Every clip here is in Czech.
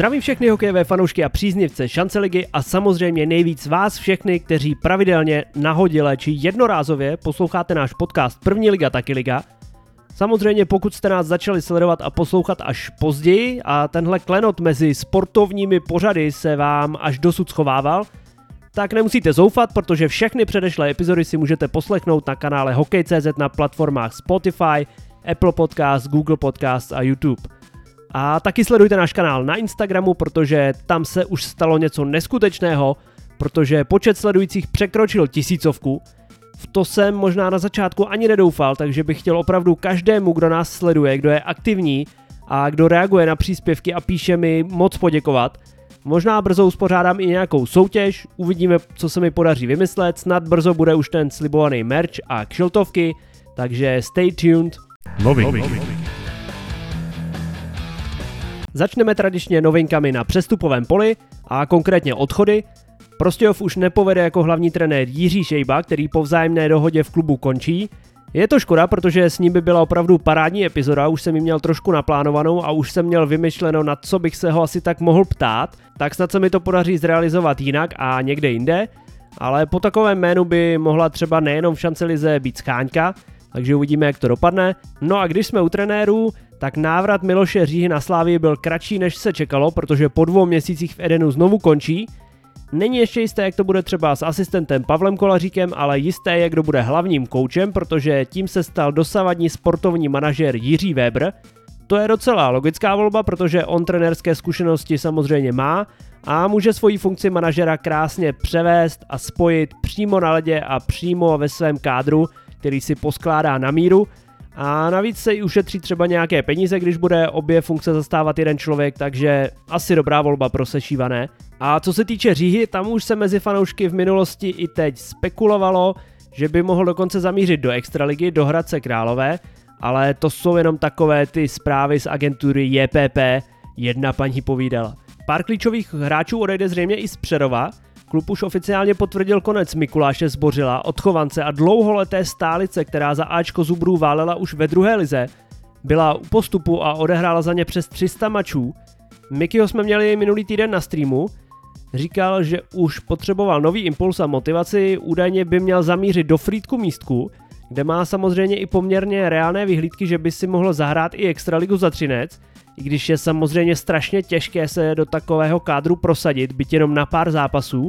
Zdravím všechny hokejové fanoušky a příznivce šance ligy a samozřejmě nejvíc vás všechny, kteří pravidelně nahodile či jednorázově posloucháte náš podcast První liga taky liga. Samozřejmě pokud jste nás začali sledovat a poslouchat až později a tenhle klenot mezi sportovními pořady se vám až dosud schovával, tak nemusíte zoufat, protože všechny předešlé epizody si můžete poslechnout na kanále Hokej.cz na platformách Spotify, Apple Podcast, Google Podcast a YouTube. A taky sledujte náš kanál na Instagramu, protože tam se už stalo něco neskutečného, protože počet sledujících překročil 1000. V to jsem možná na začátku ani nedoufal, takže bych chtěl opravdu každému, kdo nás sleduje, kdo je aktivní a kdo reaguje na příspěvky a píše mi, moc poděkovat. Možná brzo uspořádám i nějakou soutěž, uvidíme, co se mi podaří vymyslet, snad brzo bude už ten slibovaný merch a kšiltovky, takže stay tuned. Začneme tradičně novinkami na přestupovém poli a konkrétně odchody. Prostějov už nepovede jako hlavní trenér Jiří Šejba, který po vzájemné dohodě v klubu končí. Je to škoda, protože s ním by byla opravdu parádní epizoda, už jsem ji měl trošku naplánovanou a už jsem měl vymyšleno, na co bych se ho asi tak mohl ptát, tak snad se mi to podaří zrealizovat jinak a někde jinde, ale po takovém jménu by mohla třeba nejenom v šance lize být Scháňka, takže uvidíme, jak to dopadne. No a když jsme u trenérů, tak návrat Miloše Říhy na Slávii byl kratší, než se čekalo, protože po 2 měsících v Edenu znovu končí. Není ještě jisté, jak to bude třeba s asistentem Pavlem Kolaříkem, ale jisté je, kdo bude hlavním koučem, protože tím se stal dosavadní sportovní manažer Jiří Weber. To je docela logická volba, protože on trenérské zkušenosti samozřejmě má a může svoji funkci manažera krásně převést a spojit přímo na ledě a přímo ve svém kádru, který si poskládá na míru. A navíc se i ušetří třeba nějaké peníze, když bude obě funkce zastávat jeden člověk, takže asi dobrá volba pro sešívané. A co se týče Říhy, tam už se mezi fanoušky v minulosti i teď spekulovalo, že by mohl dokonce zamířit do extraligy, do Hradce Králové, ale to jsou jenom takové ty zprávy z agentury JPP, jedna paní povídala. Pár klíčových hráčů odejde zřejmě i z Přerova. Klub už oficiálně potvrdil konec Mikuláše Zbořila, odchovance a dlouholeté stálice, která za Ačko Zubrů válela už ve druhé lize. Byla u postupu a odehrála za ně přes 300 mačů. Mikyho jsme měli minulý týden na streamu. Říkal, že už potřeboval nový impuls a motivaci, údajně by měl zamířit do Frýdku Místku, kde má samozřejmě i poměrně reálné vyhlídky, že by si mohl zahrát i extraligu za Třinec, i když je samozřejmě strašně těžké se do takového kádru prosadit, byť jenom na pár zápasů.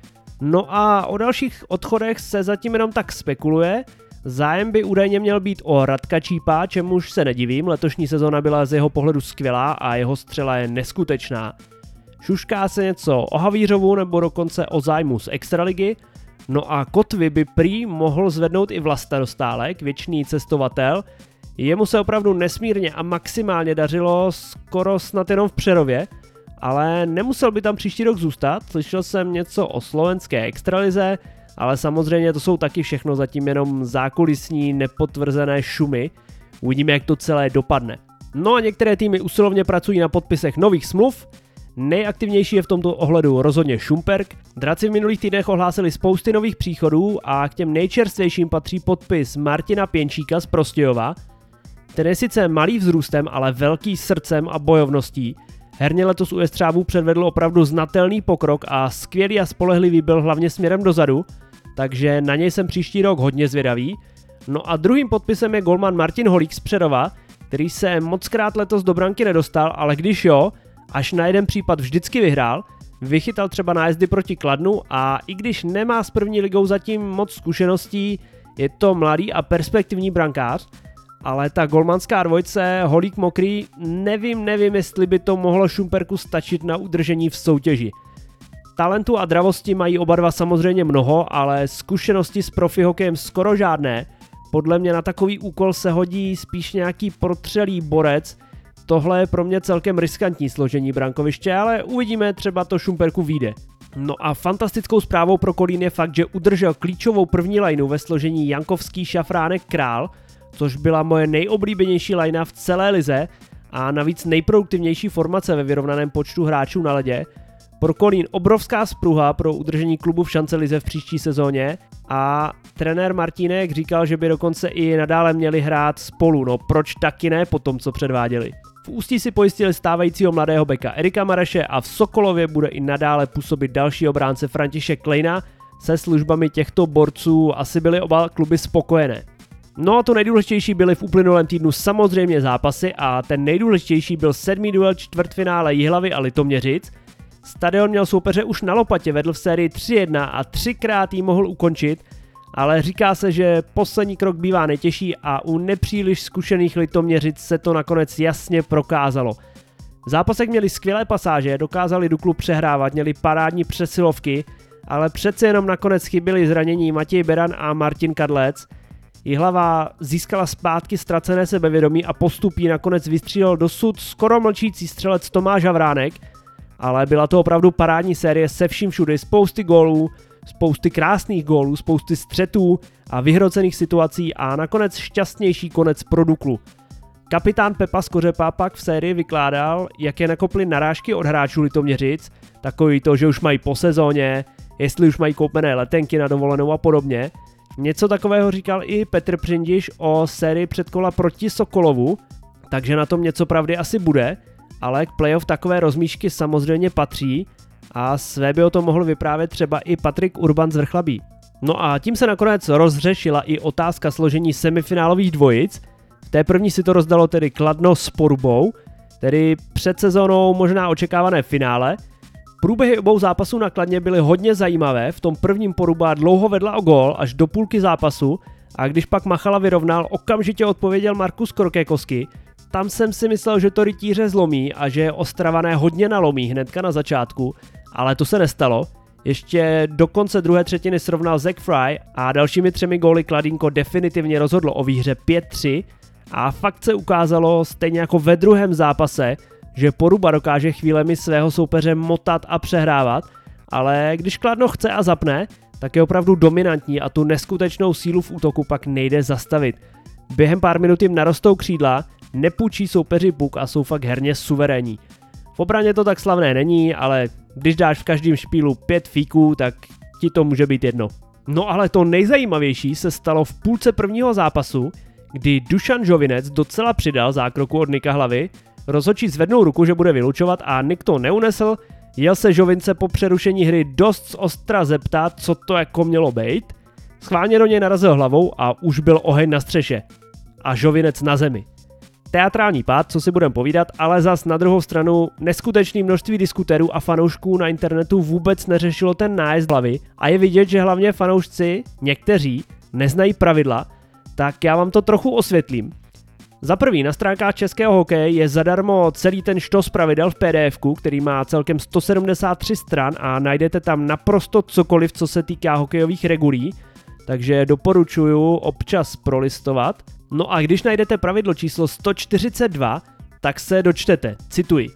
No a o dalších odchodech se zatím jenom tak spekuluje. Zájem by údajně měl být o Radka Čípa, čemuž se nedivím, letošní sezona byla z jeho pohledu skvělá a jeho střela je neskutečná. Šušká se něco o Havířovu nebo dokonce o zájmu z extraligy. No a Kotvy by prý mohl zvednout i Vlasta Dostálek, věčný cestovatel. Jemu se opravdu nesmírně a maximálně dařilo skoro snad jenom v Přerově, ale nemusel by tam příští rok zůstat, slyšel jsem něco o slovenské extralize, ale samozřejmě to jsou taky všechno zatím jenom zákulisní nepotvrzené šumy, uvidíme, jak to celé dopadne. No a některé týmy usilovně pracují na podpisech nových smluv, nejaktivnější je v tomto ohledu rozhodně Šumperk. Draci v minulých týdnech ohlásili spousty nových příchodů a k těm nejčerstvějším patří podpis Martina Pěnčíka z Prostějova. Ten je sice malý vzrůstem, ale velký srdcem a bojovností. Herně letos u Jestřábů předvedl opravdu znatelný pokrok a skvělý a spolehlivý byl hlavně směrem dozadu, takže na něj jsem příští rok hodně zvědavý. No a druhým podpisem je golman Martin Holík z Přerova, který se mockrát letos do branky nedostal, ale když jo, až na jeden případ vždycky vyhrál, vychytal třeba nájezdy proti Kladnu a i když nemá s první ligou zatím moc zkušeností, je to mladý a perspektivní brankář, ale ta golmanská dvojce Holík Mokrý, nevím, jestli by to mohlo Šumperku stačit na udržení v soutěži. Talentu a dravosti mají oba dva samozřejmě mnoho, ale zkušenosti s profihokejem skoro žádné. Podle mě na takový úkol se hodí spíš nějaký protřelý borec. Tohle je pro mě celkem riskantní složení brankoviště, ale uvidíme, třeba to Šumperku vyjde. No a fantastickou zprávou pro Kolín je fakt, že udržel klíčovou první lineu ve složení Jankovský, Šafránek, Král, což byla moje nejoblíbenější linea v celé lize a navíc nejproduktivnější formace ve vyrovnaném počtu hráčů na ledě. Pro Kolín obrovská spruha pro udržení klubu v šance lize v příští sezóně a trenér Martínek říkal, že by dokonce i nadále měli hrát spolu, no proč taky ne po tom, co předváděli. V Ústí si pojistili stávajícího mladého beka Erika Mareše a v Sokolově bude i nadále působit další obránce František Klejna. Se službami těchto borců asi byly oba kluby spokojené. No a to nejdůležitější byly v uplynulém týdnu samozřejmě zápasy a ten nejdůležitější byl 7. duel čtvrtfinále Jihlavy a Litoměřic. Stadion měl soupeře už na lopatě, vedl v sérii 3-1 a 3krát ji mohl ukončit, ale říká se, že poslední krok bývá netěžší a u nepříliš zkušených Litoměřic se to nakonec jasně prokázalo. V zápasech měli skvělé pasáže, dokázali Duklu přehrávat, měli parádní přesilovky, ale přece jenom nakonec chyběli zranění Matěj Beran a Martin Kadlec. Jihlava získala zpátky ztracené sebevědomí a postupí nakonec vystřídal dosud skoro mlčící střelec Tomáš Havránek, ale byla to opravdu parádní série se vším všudy, spousty gólů, spousty krásných gólů, spousty střetů a vyhrocených situací a nakonec šťastnější konec pro Duklu. Kapitán Pepa Skořepa pak v sérii vykládal, jak je nakoply narážky od hráčů Litoměřic, takový to, že už mají po sezóně, jestli už mají koupené letenky na dovolenou a podobně. Něco takového říkal i Petr Přindiš o sérii předkola proti Sokolovu, takže na tom něco pravdy asi bude, ale k playoff takové rozmíšky samozřejmě patří a své by o tom mohl vyprávět třeba i Patrik Urban z Vrchlabí. No a tím se nakonec rozřešila i otázka složení semifinálových dvojic. V té první si to rozdalo tedy Kladno s Porubou, tedy před sezónou možná očekávané finále. Průběhy obou zápasů na Kladně byly hodně zajímavé, v tom prvním Poruba dlouho vedla o gól až do půlky zápasu a když pak Machala vyrovnal, okamžitě odpověděl Markus Korkékosky. Tam jsem si myslel, že to rytíře zlomí a že Ostravané hodně nalomí hnedka na začátku, ale to se nestalo. Ještě do konce druhé třetiny srovnal Zach Fry a dalšími 3 góly Kladínko definitivně rozhodlo o výhře 5-3 a fakt se ukázalo stejně jako ve druhém zápase, že Poruba dokáže chvílemi svého soupeře motat a přehrávat, ale když Kladno chce a zapne, tak je opravdu dominantní a tu neskutečnou sílu v útoku pak nejde zastavit. Během pár minut jim narostou křídla, nepůjčí soupeři puk a jsou fakt herně suverénní. V obraně to tak slavné není, ale když dáš v každém špílu 5 fíků, tak ti to může být jedno. No ale to nejzajímavější se stalo v půlce prvního zápasu, kdy Dušan Žovinec docela přidal zákroku od Nika Hlavy, rozhodčí zvednul ruku, že bude vylučovat a Nik to neunesl, jel se Žovince po přerušení hry dost ostra zeptat, co to jako mělo být, schválně do něj narazil hlavou a už byl oheň na střeše. A Žovinec na zemi. Teatrální pád, co si budem povídat, ale zas na druhou stranu neskutečné množství diskutérů a fanoušků na internetu vůbec neřešilo ten nájezd hlavy a je vidět, že hlavně fanoušci, někteří, neznají pravidla, tak já vám to trochu osvětlím. Za prvý, na stránkách českého hokeje je zadarmo celý ten štos pravidel v PDF-ku, který má celkem 173 stran a najdete tam naprosto cokoliv, co se týká hokejových regulí, takže doporučuju občas prolistovat. No a když najdete pravidlo číslo 142, tak se dočtete, cituji.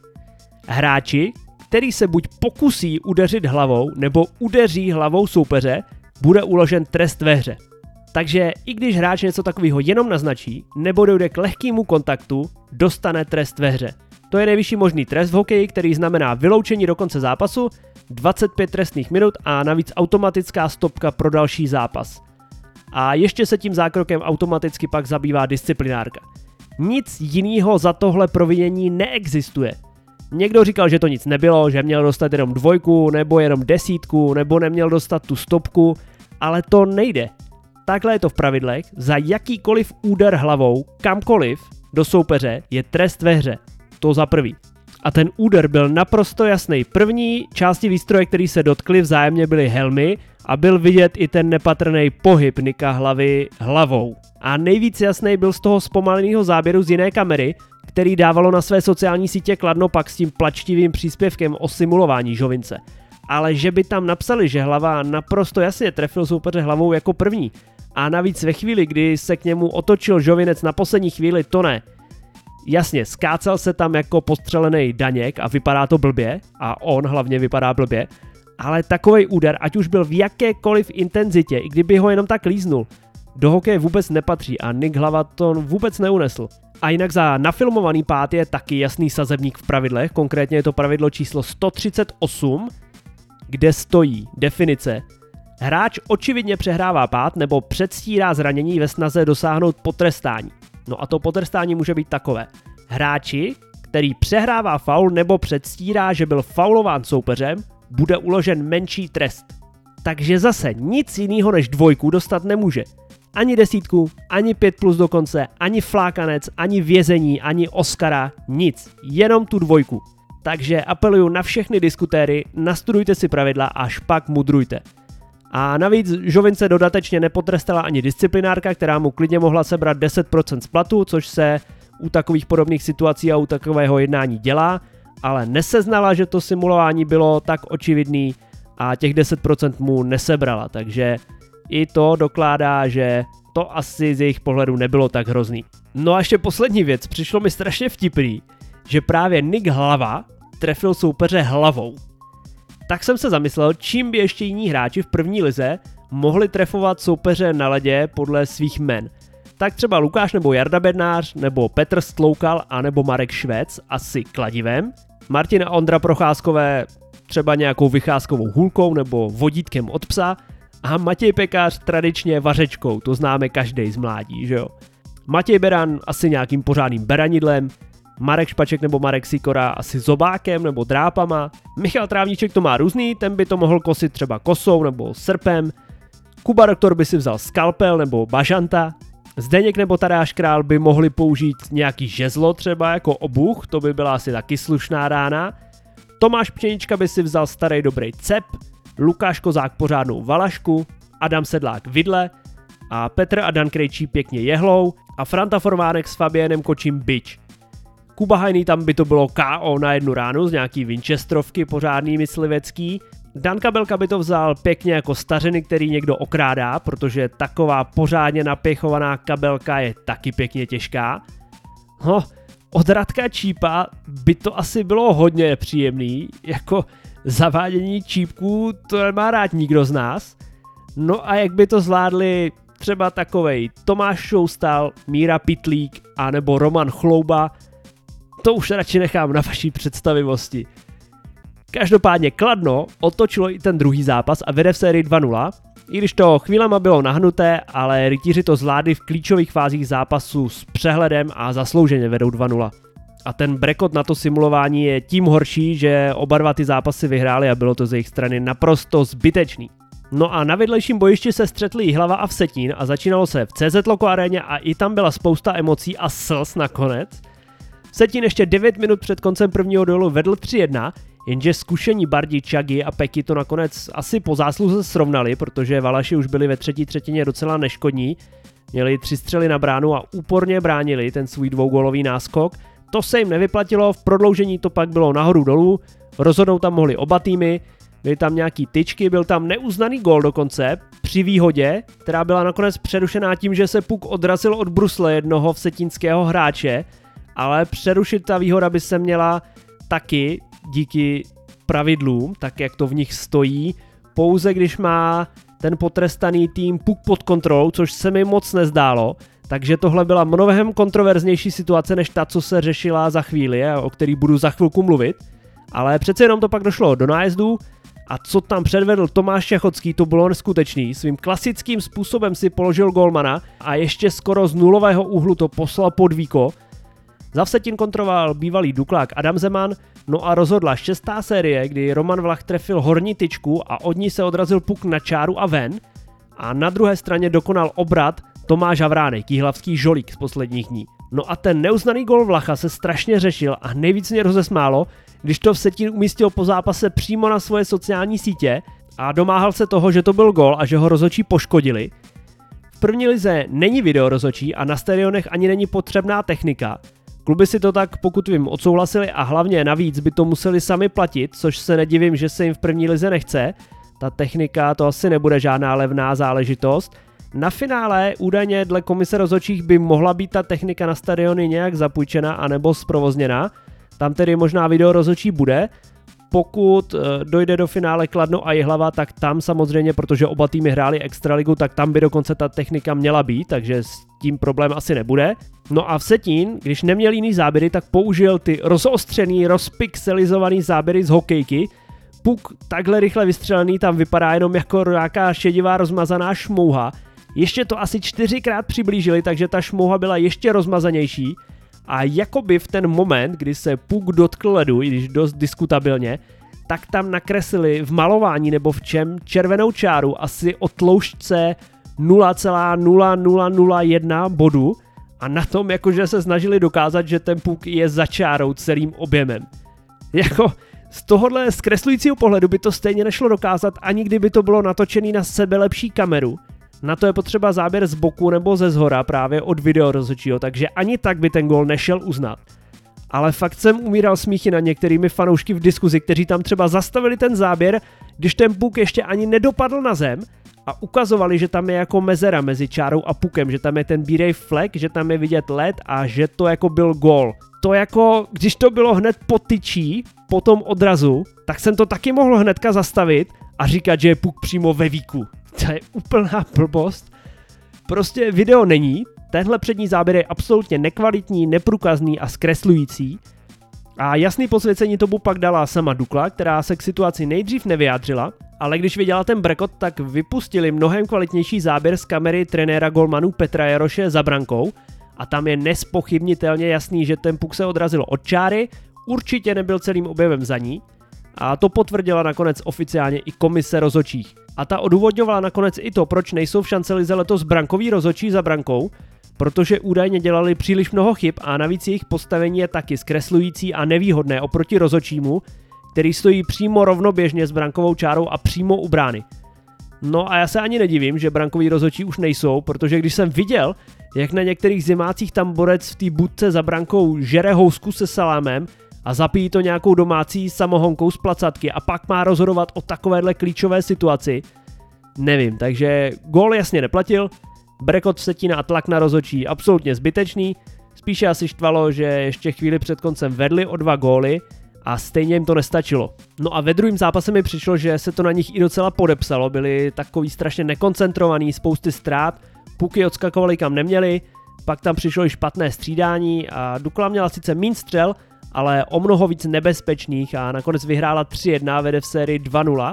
Hráči, který se buď pokusí udeřit hlavou, nebo udeří hlavou soupeře, bude uložen trest ve hře. Takže i když hráč něco takového jenom naznačí, nebo dojde k lehkému kontaktu, dostane trest ve hře. To je nejvyšší možný trest v hokeji, který znamená vyloučení do konce zápasu, 25 trestných minut a navíc automatická stopka pro další zápas. A ještě se tím zákrokem automaticky pak zabývá disciplinárka. Nic jiného za tohle provinění neexistuje. Někdo říkal, že to nic nebylo, že měl dostat jenom 2 nebo jenom 10 nebo neměl dostat tu stopku, ale to nejde. Takhle je to v pravidlech, za jakýkoliv úder hlavou kamkoliv do soupeře je trest ve hře. To za prvý. A ten úder byl naprosto jasný. První části výstroje, který se dotkly vzájemně, byly helmy a byl vidět i ten nepatrný pohyb Nika Hlavy hlavou. A nejvíc jasný byl z toho zpomaleného záběru z jiné kamery, který dávalo na své sociální sítě Kladno pak s tím plačtivým příspěvkem o simulování Žovince. Ale že by tam napsali, že Hlava naprosto jasně trefil soupeře hlavou jako první. A navíc ve chvíli, kdy se k němu otočil Žovinec na poslední chvíli, to ne. Jasně, skácel se tam jako postřelený Daněk a vypadá to blbě, a on hlavně vypadá blbě, ale takovej úder, ať už byl v jakékoliv intenzitě, i kdyby ho jenom tak líznul, do hokeje vůbec nepatří a Nik Hlava to vůbec neunesl. A jinak za nafilmovaný pád je taky jasný sazebník v pravidlech, konkrétně je to pravidlo číslo 138, kde stojí definice: hráč očividně přehrává pád nebo předstírá zranění ve snaze dosáhnout potrestání. No a to potrestání může být takové: hráči, který přehrává faul nebo předstírá, že byl faulován soupeřem, bude uložen menší trest. Takže zase nic jiného než 2 dostat nemůže. Ani 10, ani 5+ dokonce, ani flákanec, ani vězení, ani Oscara, nic, jenom tu 2. Takže apeluju na všechny diskutéry, nastudujte si pravidla a až pak mudrujte. A navíc Žovince dodatečně nepotrestala ani disciplinárka, která mu klidně mohla sebrat 10% z platu, což se u takových podobných situací a u takového jednání dělá, ale neseznala, že to simulování bylo tak očividný a těch 10% mu nesebrala, takže i to dokládá, že to asi z jejich pohledu nebylo tak hrozný. No a ještě poslední věc, přišlo mi strašně vtipný, že právě Nick Hlava trefil soupeře hlavou. Tak jsem se zamyslel, čím by ještě jiní hráči v první lize mohli trefovat soupeře na ledě podle svých jmen. Tak třeba Lukáš nebo Jarda Bednář, nebo Petr Stloukal, a nebo Marek Švec, asi kladivem. Martin a Ondra Procházkové třeba nějakou vycházkovou hůlkou nebo vodítkem od psa. A Matěj Pekař tradičně vařečkou, to známe každej z mládí, že jo. Matěj Beran asi nějakým pořádným beranidlem, Marek Špaček nebo Marek Sikora asi zobákem nebo drápama, Michal Trávníček to má různý, ten by to mohl kosit třeba kosou nebo srpem, Kuba Doktor by si vzal skalpel nebo bažanta, Zdeněk nebo Tadeáš Král by mohli použít nějaký žezlo třeba jako obuch, to by byla asi taky slušná rána, Tomáš Pšenička by si vzal starý dobrý cep, Lukáš Kozák pořádnou valašku, Adam Sedlák vidle a Petr a Dan Krejčí pěkně jehlou a Franta Formánek s Fabianem Kočím bič. Kuba Hajný tam by to bylo KO na 1 ránu z nějaký Winchesterovky pořádný myslivecký. Dan Kabelka by to vzal pěkně jako stařiny, který někdo okrádá, protože taková pořádně napěchovaná kabelka je taky pěkně těžká. Od Radka Čípa by to asi bylo hodně nepříjemný, jako zavádění čípků to nemá rád nikdo z nás. No a jak by to zvládli třeba takovej Tomáš Šoustal, Míra Pitlík a nebo Roman Chlouba, to už radši nechám na vaší představivosti. Každopádně Kladno otočilo i ten druhý zápas a vede v sérii 2-0, i když to chvílema bylo nahnuté, ale rytíři to zvládli v klíčových fázích zápasu s přehledem a zaslouženě vedou 2-0. A ten brekot na to simulování je tím horší, že oba dva ty zápasy vyhráli a bylo to z jejich strany naprosto zbytečný. No a na vedlejším bojišti se střetli Jihlava a Vsetín a začínalo se v CZ Loko aréně a i tam byla spousta emocí a slz nakonec. Vsetín ještě 9 minut před koncem prvního duelu vedl 3-1, jenže zkušení Bardi, Čagi a Peky to nakonec asi po zásluze srovnali, protože Valaši už byli ve třetí třetině docela neškodní, měli 3 střely na bránu a úporně bránili ten svůj 2gólový náskok. To se jim nevyplatilo, v prodloužení to pak bylo nahoru dolů, rozhodnout tam mohli oba týmy, byly tam nějaký tyčky, byl tam neuznaný gól dokonce při výhodě, která byla nakonec přerušená tím, že se puk odrazil od brusle jednoho vsetínského hráče, ale přerušit ta výhoda by se měla taky díky pravidlům, tak jak to v nich stojí, pouze když má ten potrestaný tým puk pod kontrolou, což se mi moc nezdálo, takže tohle byla mnohem kontroverznější situace než ta, co se řešila za chvíli a o který budu za chvilku mluvit, ale přece jenom to pak došlo do nájezdu a co tam předvedl Tomáš Čachocký, to bylo neskutečný, svým klasickým způsobem si položil golmana a ještě skoro z nulového úhlu to poslal pod víko. Za Vsetín kontroval bývalý Duklák Adam Zeman, no a rozhodla 6. série, kdy Roman Vlach trefil horní tyčku a od ní se odrazil puk na čáru a ven a na druhé straně dokonal obrat Tomáš Havránek, jihlavský žolík z posledních dní. No a ten neuznaný gol Vlacha se strašně řešil a nejvíc mě rozesmálo, když to Vsetín umístil po zápase přímo na svoje sociální sítě a domáhal se toho, že to byl gol a že ho rozhodčí poškodili. V první lize není video rozhodčí a na stadionech ani není potřebná technika. Kluby si to tak, pokud vím, odsouhlasili a hlavně navíc by to museli sami platit, což se nedivím, že se jim v první lize nechce. Ta technika to asi nebude žádná levná záležitost. Na finále údajně dle komise rozhodčích by mohla být ta technika na stadiony nějak zapůjčena anebo zprovozněna. Tam tedy možná video rozhodčí bude. Pokud dojde do finále Kladno a Jihlava, tak tam samozřejmě, protože oba týmy hráli extraligu, tak tam by dokonce ta technika měla být, takže s tím problém asi nebude. No a Vsetín, když neměl jiný záběry, tak použil ty rozostřený, rozpixelizovaný záběry z hokejky. Puk takhle rychle vystřelený tam vypadá jenom jako nějaká šedivá rozmazaná šmouha. Ještě to asi 4krát přiblížili, takže ta šmouha byla ještě rozmazanější. a jakoby v ten moment, kdy se puk dotkl ledu, i když dost diskutabilně, tak tam nakreslili v malování nebo v čem červenou čáru asi o tloušťce 0,0001 bodu a na tom jakože se snažili dokázat, že ten puk je za čárou celým objemem. Jako z tohohle zkreslujícího pohledu by to stejně nešlo dokázat, ani kdyby to bylo natočený na sebelepší kameru. Na to je potřeba záběr z boku nebo ze zhora právě od videorozhodčího, takže ani tak by ten gól nešel uznat. Ale fakt jsem umíral smíchy na některými fanoušky v diskuzi, kteří tam třeba zastavili ten záběr, když ten puk ještě ani nedopadl na zem a ukazovali, že tam je jako mezera mezi čárou a pukem, že tam je ten bílej flek, že tam je vidět led a že to jako byl gól. To jako, když to bylo hned po tyčí, po tom odrazu, tak jsem to taky mohl hnedka zastavit a říkat, že je puk přímo ve víku. To je úplná blbost. Prostě video není, tenhle přední záběr je absolutně nekvalitní, neprůkazný a zkreslující. A jasný posvěcení tomu pak dala sama Dukla, která se k situaci nejdřív nevyjádřila, ale když viděla ten brekot, tak vypustili mnohem kvalitnější záběr z kamery trenéra golmanů Petra Jaroše za brankou a tam je nezpochybnitelně jasný, že ten puk se odrazil od čáry, určitě nebyl celým objevem za ní a to potvrdila nakonec oficiálně i komise rozhodčích. A ta odůvodňovala nakonec i to, proč nejsou v šancelize letos brankoví rozhodčí za brankou, protože údajně dělali příliš mnoho chyb a navíc jejich postavení je taky zkreslující a nevýhodné oproti rozhodčímu, který stojí přímo rovnoběžně s brankovou čárou a přímo u brány. No a já se ani nedivím, že brankoví rozhodčí už nejsou, protože když jsem viděl, jak na některých zimácích tam borec v té budce za brankou žere housku se salámem a zapíjí to nějakou domácí samohonkou z placatky a pak má rozhodovat o takovéhle klíčové situaci, nevím, takže gól jasně neplatil, brekot Vsetina a tlak na rozhodčí absolutně zbytečný, spíše asi štvalo, že ještě chvíli před koncem vedli o 2 góly a stejně jim to nestačilo. No a ve druhém zápase mi přišlo, že se to na nich i docela podepsalo, byli takový strašně nekoncentrovaný, spousty ztrát, puky odskakovali kam neměli, pak tam přišlo i špatné střídání a Dukla měla sice míň střel, ale o mnoho víc nebezpečných a nakonec vyhrála 3-1, vede v sérii 2-0,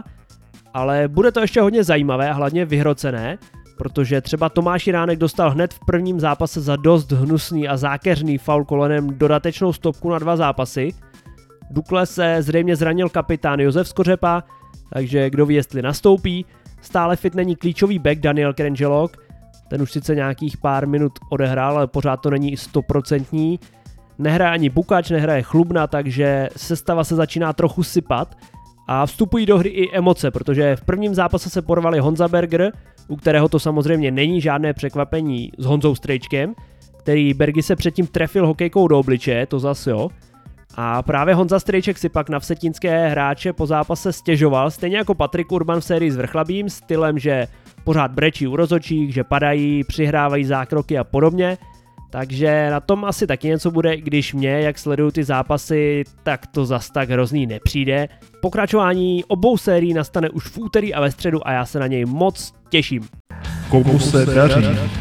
ale bude to ještě hodně zajímavé a hlavně vyhrocené, protože třeba Tomáš Jiránek dostal hned v prvním zápase za dost hnusný a zákeřný faul kolenem dodatečnou stopku na 2 zápasy. Dukle se zřejmě zranil kapitán Josef Skořepa, takže kdo ví, jestli nastoupí. Stále fit není klíčový back Daniel Krenželok, ten už sice nějakých pár minut odehrál, ale pořád to není 100%. Nehraje ani Bukač, nehraje Chlubna, takže sestava se začíná trochu sypat a vstupují do hry i emoce, protože v prvním zápase se porvali Honza Berger, u kterého to samozřejmě není žádné překvapení s Honzou Strejčkem, který Bergy se předtím trefil hokejkou do obličeje, to zase jo. A právě Honza Strejček si pak na vsetínské hráče po zápase stěžoval, stejně jako Patrik Urban v sérii s Vrchlabím, stylem, že pořád brečí u rozhodčích, že padají, přihrávají zákroky a podobně. Takže na tom asi taky něco bude, i když mě, jak sleduju ty zápasy, tak to zas tak hrozný nepřijde. Pokračování obou sérií nastane už v úterý a ve středu a já se na něj moc těším. Komu se daří?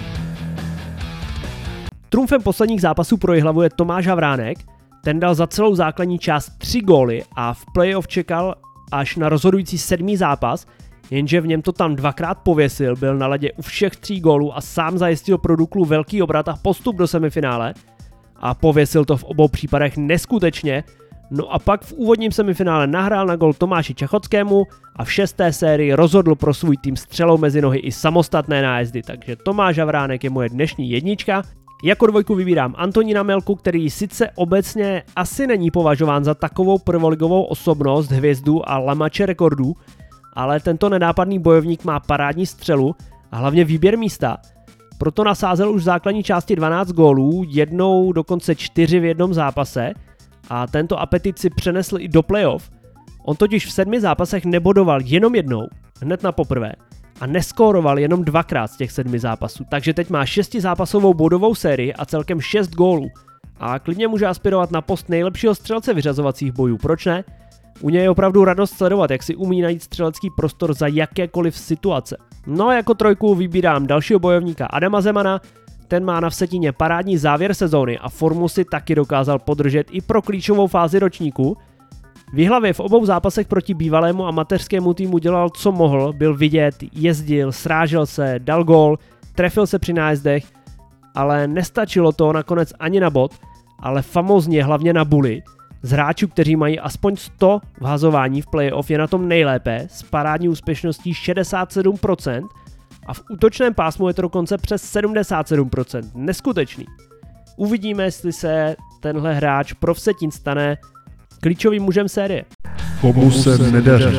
Trumfem posledních zápasů pro Jihlavu je Tomáš Havránek, ten dal za celou základní část 3 góly a v playoff čekal až na rozhodující 7. zápas, jenže v něm to tam 2krát pověsil, byl na ledě u všech 3 gólů a sám zajistil pro Duklu velký obrat a postup do semifinále a pověsil to v obou případech neskutečně. No a pak v úvodním semifinále nahrál na gól Tomáši Čachockému a v 6. sérii rozhodl pro svůj tým střelou mezi nohy i samostatné nájezdy, takže Tomáš Havránek je moje dnešní jednička. Jako dvojku vybírám Antonína Melku, který sice obecně asi není považován za takovou prvoligovou osobnost, hvězdu a lamače rekordů, ale tento nenápadný bojovník má parádní střelu a hlavně výběr místa. Proto nasázel už v základní části 12 gólů, jednou dokonce 4 v jednom zápase a tento apetit si přenesl i do playoff. On totiž v 7 zápasech nebodoval jenom jednou, hned na poprvé, a neskóroval jenom 2krát z těch 7 zápasů, takže teď má 6zápasovou bodovou sérii a celkem 6 gólů. A klidně může aspirovat na post nejlepšího střelce vyřazovacích bojů, proč ne? U něj je opravdu radost sledovat, jak si umí najít střelecký prostor za jakékoliv situace. No a jako trojku vybírám dalšího bojovníka Adama Zemana, ten má na Vsetíně parádní závěr sezóny a formu si taky dokázal podržet i pro klíčovou fázi ročníku. V Jihlavě v obou zápasech proti bývalému amatérskému týmu dělal co mohl, byl vidět, jezdil, srážel se, dal gól, trefil se při nájezdech, ale nestačilo to nakonec ani na bod ale famózně hlavně na Bully, z hráčů, kteří mají aspoň 100 v hazování v playoff, je na tom nejlépe s parádní úspěšností 67% a v útočném pásmu je to dokonce přes 77%. Neskutečný. Uvidíme, jestli se tenhle hráč pro Vsetín stane klíčovým mužem série. Komu se nedaří.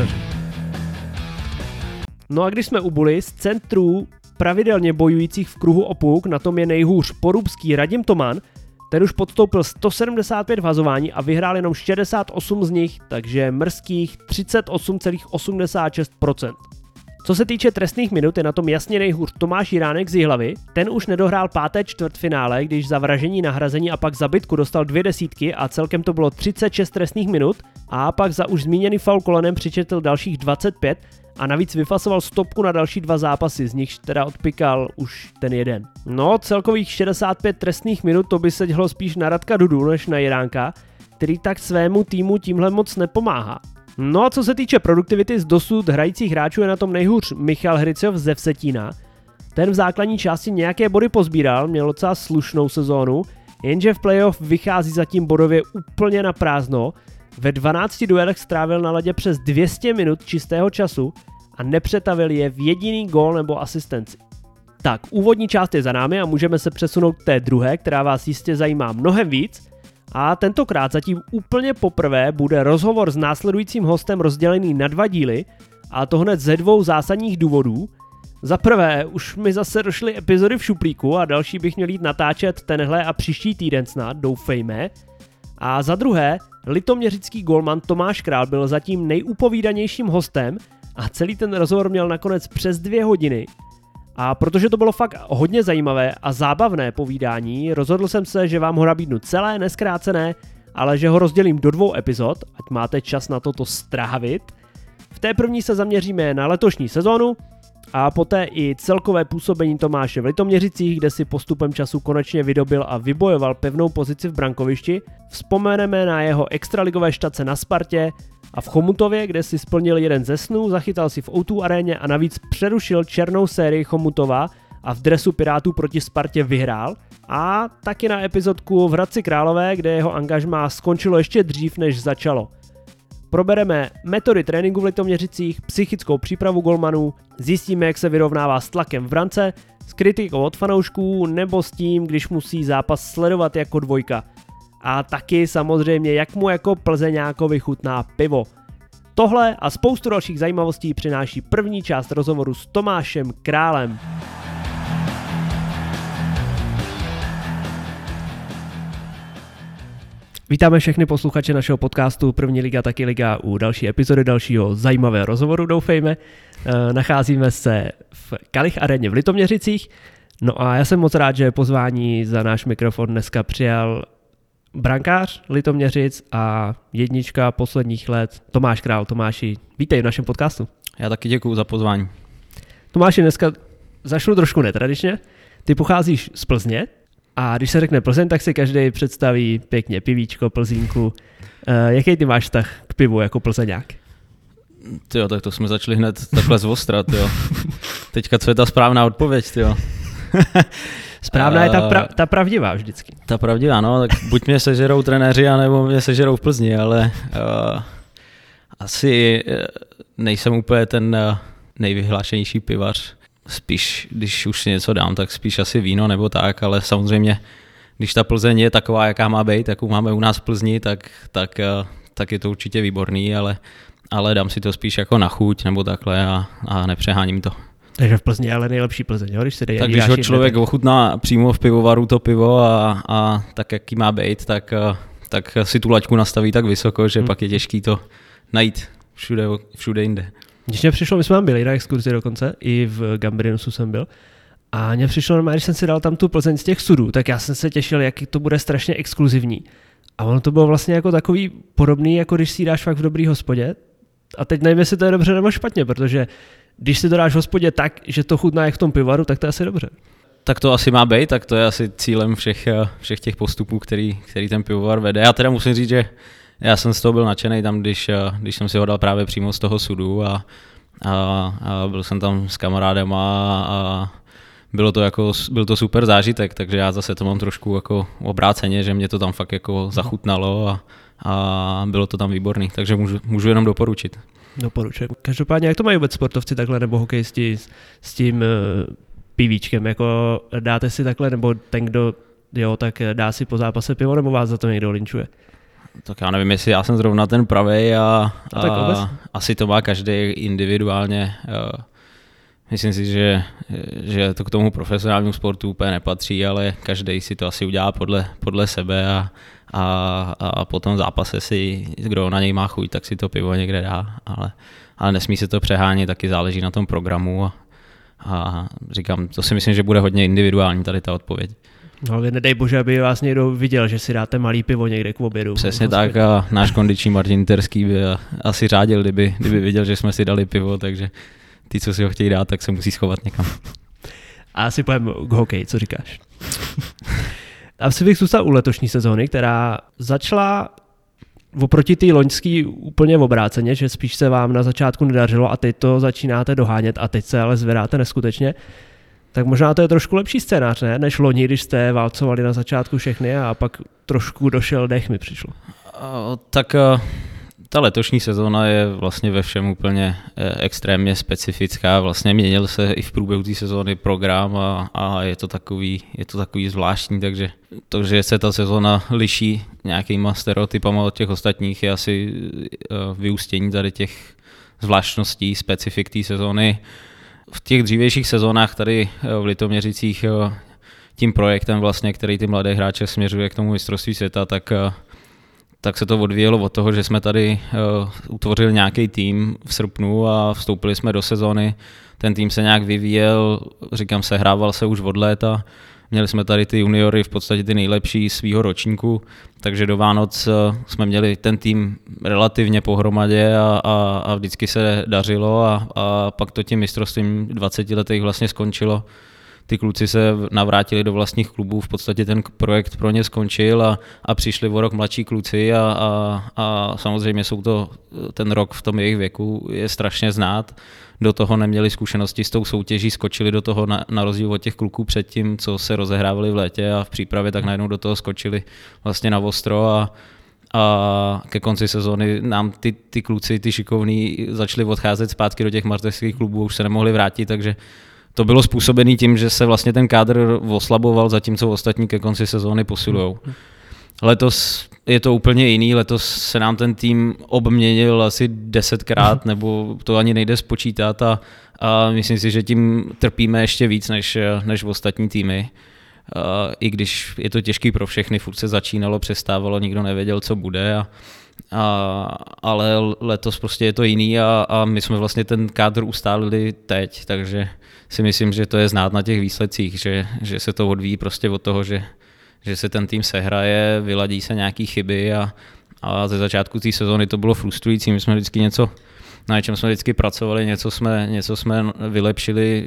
No a když jsme u Bully, z centrů pravidelně bojujících v kruhu o puk, na tom je nejhůř porubský Radim Toman, ten už podstoupil 175 v hazování a vyhrál jenom 68 z nich, takže mrzkých 38,86%. Co se týče trestných minut, je na tom jasně nejhůř Tomáš Jiránek z Jihlavy, ten už nedohrál 5. čtvrtfinále, když za vražení, nahrazení a pak za bitku dostal 2 desítky a celkem to bylo 36 trestných minut a pak za už zmíněný faul kolenem přičetl dalších 25 a navíc vyfasoval stopku na další 2 zápasy, z nichž teda odpikal už ten jeden. No, celkových 65 trestných minut to by se dělo spíš na Radka Dudu než na Jiránka, který tak svému týmu tímhle moc nepomáhá. No a co se týče produktivity z dosud hrajících hráčů, je na tom nejhůř Michal Hrycov ze Vsetína. Ten v základní části nějaké body pozbíral, měl docela slušnou sezónu, jenže v playoff vychází zatím bodově úplně na prázdno. Ve 12 duelech strávil na ledě přes 200 minut čistého času a nepřetavil je v jediný gól nebo asistenci. Tak, úvodní část je za námi a můžeme se přesunout k té druhé, která vás jistě zajímá mnohem víc. A tentokrát zatím úplně poprvé bude rozhovor s následujícím hostem rozdělený na 2 díly, a to hned ze 2 zásadních důvodů. Za prvé, už mi zase došly epizody v šuplíku a další bych měl jít natáčet tenhle a příští týden snad, doufejme. A za druhé, litoměřický golman Tomáš Král byl zatím nejupovídanějším hostem a celý ten rozhovor měl nakonec přes 2 hodiny. A protože to bylo fakt hodně zajímavé a zábavné povídání, rozhodl jsem se, že vám ho nabídnu celé, neskrácené, ale že ho rozdělím do 2 epizod, ať máte čas na to strávit. V té první se zaměříme na letošní sezónu a poté i celkové působení Tomáše v Litoměřicích, kde si postupem času konečně vydobil a vybojoval pevnou pozici v brankovišti. Vzpomeneme na jeho extraligové štace na Spartě a v Chomutově, kde si splnil jeden ze snů, zachytal si v O2 aréně a navíc přerušil černou sérii Chomutova a v dresu Pirátů proti Spartě vyhrál. A taky na epizodku v Hradci Králové, kde jeho angažmá skončilo ještě dřív, než začalo. Probereme metody tréninku v Litoměřicích, psychickou přípravu golmanů, zjistíme, jak se vyrovnává s tlakem v brance, s kritikou od fanoušků nebo s tím, když musí zápas sledovat jako dvojka. A taky samozřejmě, jak mu jako Plzeňákovi chutná pivo. Tohle a spoustu dalších zajímavostí přináší první část rozhovoru s Tomášem Králem. Vítáme všechny posluchače našeho podcastu První liga, taky liga u další epizody, dalšího zajímavého rozhovoru, doufejme. Nacházíme se v Kalich aréně v Litoměřicích. No a já jsem moc rád, že pozvání za náš mikrofon dneska přijal brankář Litoměřic a jednička posledních let Tomáš Král. Tomáši, vítej v našem podcastu. Já taky děkuju za pozvání. Tomáši, dneska začnu trošku netradičně. Ty pocházíš z Plzně a když se řekne Plzeň, tak si každý představí pěkně pivíčko, Plzínku. Jaký ty máš vztah k pivu jako Plzeňák? Tyjo, tak to jsme začali hned takhle zvostrat, jo. Teďka co je ta správná odpověď, tyjo? Správná je ta pravdivá vždycky. Ta pravdivá, no, tak buď mě sežerou trenéři, anebo mě sežerou v Plzni, ale asi nejsem úplně ten nejvyhlášenější pivař. Spíš, když už si něco dám, tak spíš asi víno nebo tak, ale samozřejmě, když ta Plzeň je taková, jaká má být, jakou máme u nás v Plzni, tak je to určitě výborný, ale dám si to spíš jako na chuť nebo takhle a nepřeháním to. Takže v Plzni je ale nejlepší Plzeň, jo? Tak když ho člověk ochutná přímo v pivovaru to pivo a tak, jaký má být, tak si tu laťku nastaví tak vysoko, že pak je těžký to najít všude jinde. Když mě přišlo, my jsme tam byli na exkurzi dokonce, i v Gambrinusu jsem byl, a mně přišlo normálně, když jsem si dal tam tu Plzeň z těch sudů, tak já jsem se těšil, jak to bude strašně exkluzivní. A ono to bylo vlastně jako takový podobný, jako když si dáš fakt v dobrý hospodě. A teď nevím, jestli to je dobře nebo špatně, protože když si to dáš v hospodě tak, že to chutná jak v tom pivaru, tak to je asi dobře. Tak to asi má být, tak to je asi cílem všech těch postupů, který ten pivovar vede. Já teda musím říct, že já jsem z toho byl nadšenej tam, když jsem si ho dal právě přímo z toho sudu a byl jsem tam s kamarádem a byl to super zážitek, takže já zase to mám trošku jako obráceně, že mě to tam fakt jako zachutnalo a bylo to tam výborný, takže můžu jenom doporučit. Doporučuji. Každopádně, jak to mají vůbec sportovci takhle nebo hokejisti s tím pivíčkem, jako dáte si takhle, nebo ten, kdo jo, tak dá si po zápase pivo, nebo vás za to někdo linčuje? Tak já nevím, jestli já jsem zrovna ten pravej a asi to má každý individuálně. Myslím si, že to k tomu profesionálnímu sportu úplně nepatří, ale každý si to asi udělá podle sebe a po tom zápase si, kdo na něj má chuť, tak si to pivo někde dá, ale nesmí se to přehánět, taky záleží na tom programu a říkám, to si myslím, že bude hodně individuální tady ta odpověď. No, nedej bože, aby vás někdo viděl, že si dáte malý pivo někde k obědu. Přesně tak a náš kondiční Martin Terský by asi řádil, kdyby viděl, že jsme si dali pivo, takže ty, co si ho chtějí dát, tak se musí schovat někam. A asi půjdeme k hokeji, co říkáš? Asi bych zůstal u letošní sezóny, která začala oproti té loňský úplně obráceně, že spíš se vám na začátku nedařilo a teď to začínáte dohánět a teď se ale zvedáte neskutečně. Tak možná to je trošku lepší scénář, ne? Než loni, když jste válcovali na začátku všechny a pak trošku došel dech, mi přišlo. Tak ta letošní sezóna je vlastně ve všem úplně extrémně specifická. Vlastně měnil se i v průběhu té sezóny program a je to takový zvláštní, takže to, že se ta sezóna liší nějakýma stereotypama od těch ostatních, je asi vyústění tady těch zvláštností, specifik té sezóny. V těch dřívějších sezónách tady v Litoměřicích tím projektem vlastně, který ty mladé hráče směřuje k tomu mistrovství světa, tak se to odvíjelo od toho, že jsme tady utvořili nějaký tým v srpnu a vstoupili jsme do sezóny. Ten tým se nějak vyvíjel, říkám, sehrával se už od léta. Měli jsme tady ty juniory, v podstatě ty nejlepší svýho ročníku, takže do Vánoc jsme měli ten tým relativně pohromadě a vždycky se dařilo a pak to tím mistrovstvím 20 letech vlastně skončilo. Ty kluci se navrátili do vlastních klubů, v podstatě ten projekt pro ně skončil a přišli o rok mladší kluci a samozřejmě jsou to, ten rok v tom jejich věku je strašně znát. Do toho neměli zkušenosti s tou soutěží, skočili do toho na rozdíl od těch kluků předtím, co se rozehrávali v létě a v přípravě, tak najednou do toho skočili vlastně na ostro a ke konci sezóny nám ty kluci, ty šikovní, začali odcházet zpátky do těch mateřských klubů, už se nemohli vrátit, takže to bylo způsobené tím, že se vlastně ten kádr oslaboval, zatímco ostatní ke konci sezóny posilujou. Letos je to úplně jiný, letos se nám ten tým obměnil asi 10krát, nebo to ani nejde spočítat a myslím si, že tím trpíme ještě víc než ostatní týmy. I když je to těžký pro všechny, furt se začínalo, přestávalo, nikdo nevěděl, co bude, ale letos prostě je to jiný a my jsme vlastně ten kádr ustálili teď, takže si myslím, že to je znát na těch výsledcích, že se to odvíjí prostě od toho, že se ten tým sehraje, vyladí se nějaký chyby a ze začátku té sezóny to bylo frustrující. My jsme vždycky něco, na čem jsme vždycky pracovali, něco jsme vylepšili,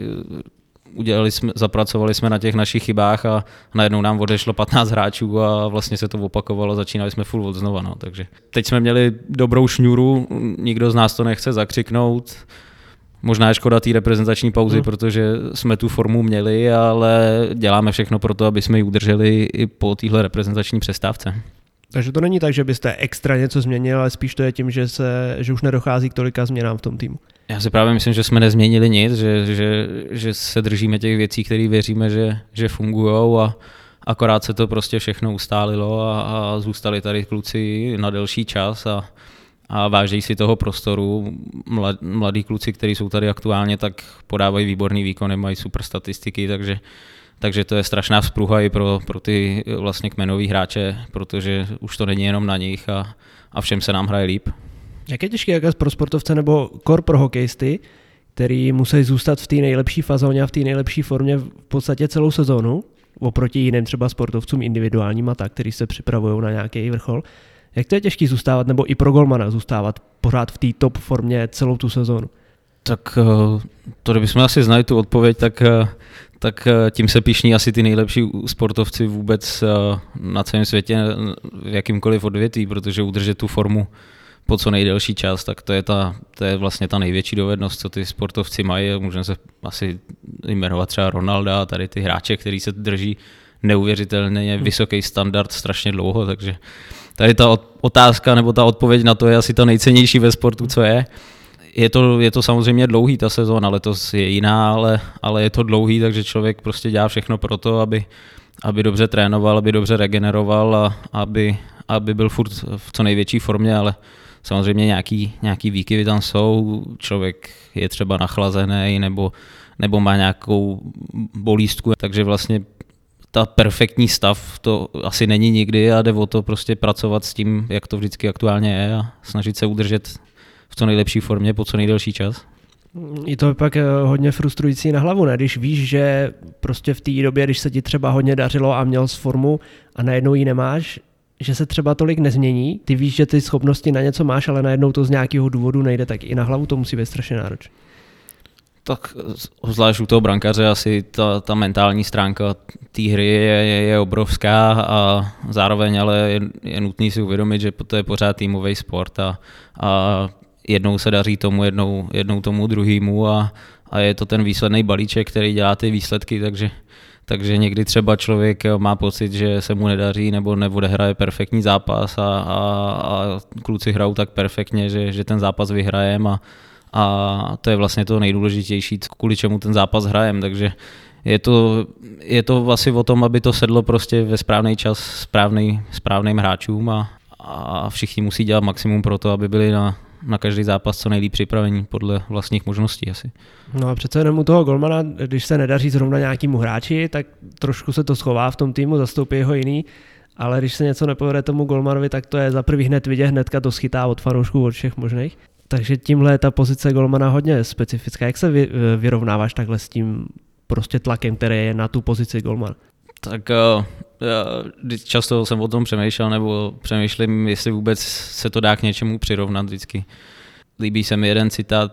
zapracovali jsme na těch našich chybách a najednou nám odešlo 15 hráčů a vlastně se to opakovalo, začínali jsme full od znova. No. Takže teď jsme měli dobrou šňůru, nikdo z nás to nechce zakřiknout. Možná je škoda té reprezentační pauzy, protože jsme tu formu měli, ale děláme všechno pro to, aby jsme ji udrželi i po téhle reprezentační přestávce. Takže to není tak, že byste extra něco změnili, ale spíš to je tím, že už nedochází k tolika změnám v tom týmu. Já si právě myslím, že jsme nezměnili nic, že se držíme těch věcí, které věříme, že fungujou a akorát se to prostě všechno ustálilo a zůstali tady kluci na delší čas a vážejí si toho prostoru. Mladí kluci, kteří jsou tady aktuálně, tak podávají výborný výkony, mají super statistiky, takže to je strašná vzpruha i pro ty vlastně kmenový hráče, protože už to není jenom na nich a všem se nám hraje líp. Jak je těžké jak pro sportovce nebo kor pro hokejisty, který musí zůstat v té nejlepší fazóně a v té nejlepší formě v podstatě celou sezónu, oproti jiným třeba sportovcům individuálním a tak, který se připravují na nějaký vrchol. Jak to je těžké zůstávat, nebo i pro golmana zůstávat pořád v té top formě celou tu sezónu? Tak to, kdybychom asi znali tu odpověď, tak tím se pyšní asi ty nejlepší sportovci vůbec na celém světě v jakýmkoliv odvětví, protože udržet tu formu po co nejdelší čas, tak to je vlastně ta největší dovednost, co ty sportovci mají. Můžeme se asi jmenovat třeba Ronalda a tady ty hráče, který se drží neuvěřitelně vysoký standard strašně dlouho, takže tady ta otázka nebo ta odpověď na to je asi ta nejcennější ve sportu, co je. Je to samozřejmě dlouhý, ta sezóna, letos je jiná, ale je to dlouhý, takže člověk prostě dělá všechno pro to, aby dobře trénoval, aby dobře regeneroval a aby byl furt v co největší formě, ale samozřejmě nějaký výkyvy tam jsou, člověk je třeba nachlazený nebo má nějakou bolístku, takže vlastně ta perfektní stav to asi není nikdy a jde o to prostě pracovat s tím, jak to vždycky aktuálně je a snažit se udržet v co nejlepší formě po co nejdelší čas. Je to pak hodně frustrující na hlavu, ne? Když víš, že prostě v té době, když se ti třeba hodně dařilo a měl z formu a najednou ji nemáš, že se třeba tolik nezmění, ty víš, že ty schopnosti na něco máš, ale najednou to z nějakého důvodu nejde, tak i na hlavu to musí být strašně náročné. Tak zvlášť u toho brankaře asi ta mentální stránka té hry je obrovská a zároveň ale je nutný si uvědomit, že to je pořád týmový sport a jednou se daří tomu, jednou tomu druhýmu a je to ten výsledný balíček, který dělá ty výsledky, takže někdy třeba člověk má pocit, že se mu nedaří nebo neodehraje perfektní zápas a kluci hrajou tak perfektně, že ten zápas vyhrajeme a to je vlastně to nejdůležitější, kvůli čemu ten zápas hrajeme, takže je to asi o tom, aby to sedlo prostě ve správný čas správným hráčům a všichni musí dělat maximum pro to, aby byli na každý zápas co nejlíp připravení podle vlastních možností asi. No a přece jenom u toho golmana, když se nedaří zrovna nějakému hráči, tak trošku se to schová v tom týmu, zastoupí ho jiný, ale když se něco nepovede tomu golmanovi, tak to je za prvý hned vidět, hnedka to schytá od fanoušků, od všech možných. Takže tímhle je ta pozice golmana hodně specifická. Jak se vyrovnáváš takhle s tím prostě tlakem, který je na tu pozici golmana? Tak často jsem o tom přemýšlel, nebo přemýšlím, jestli vůbec se to dá k něčemu přirovnat vždycky. Líbí se mi jeden citát,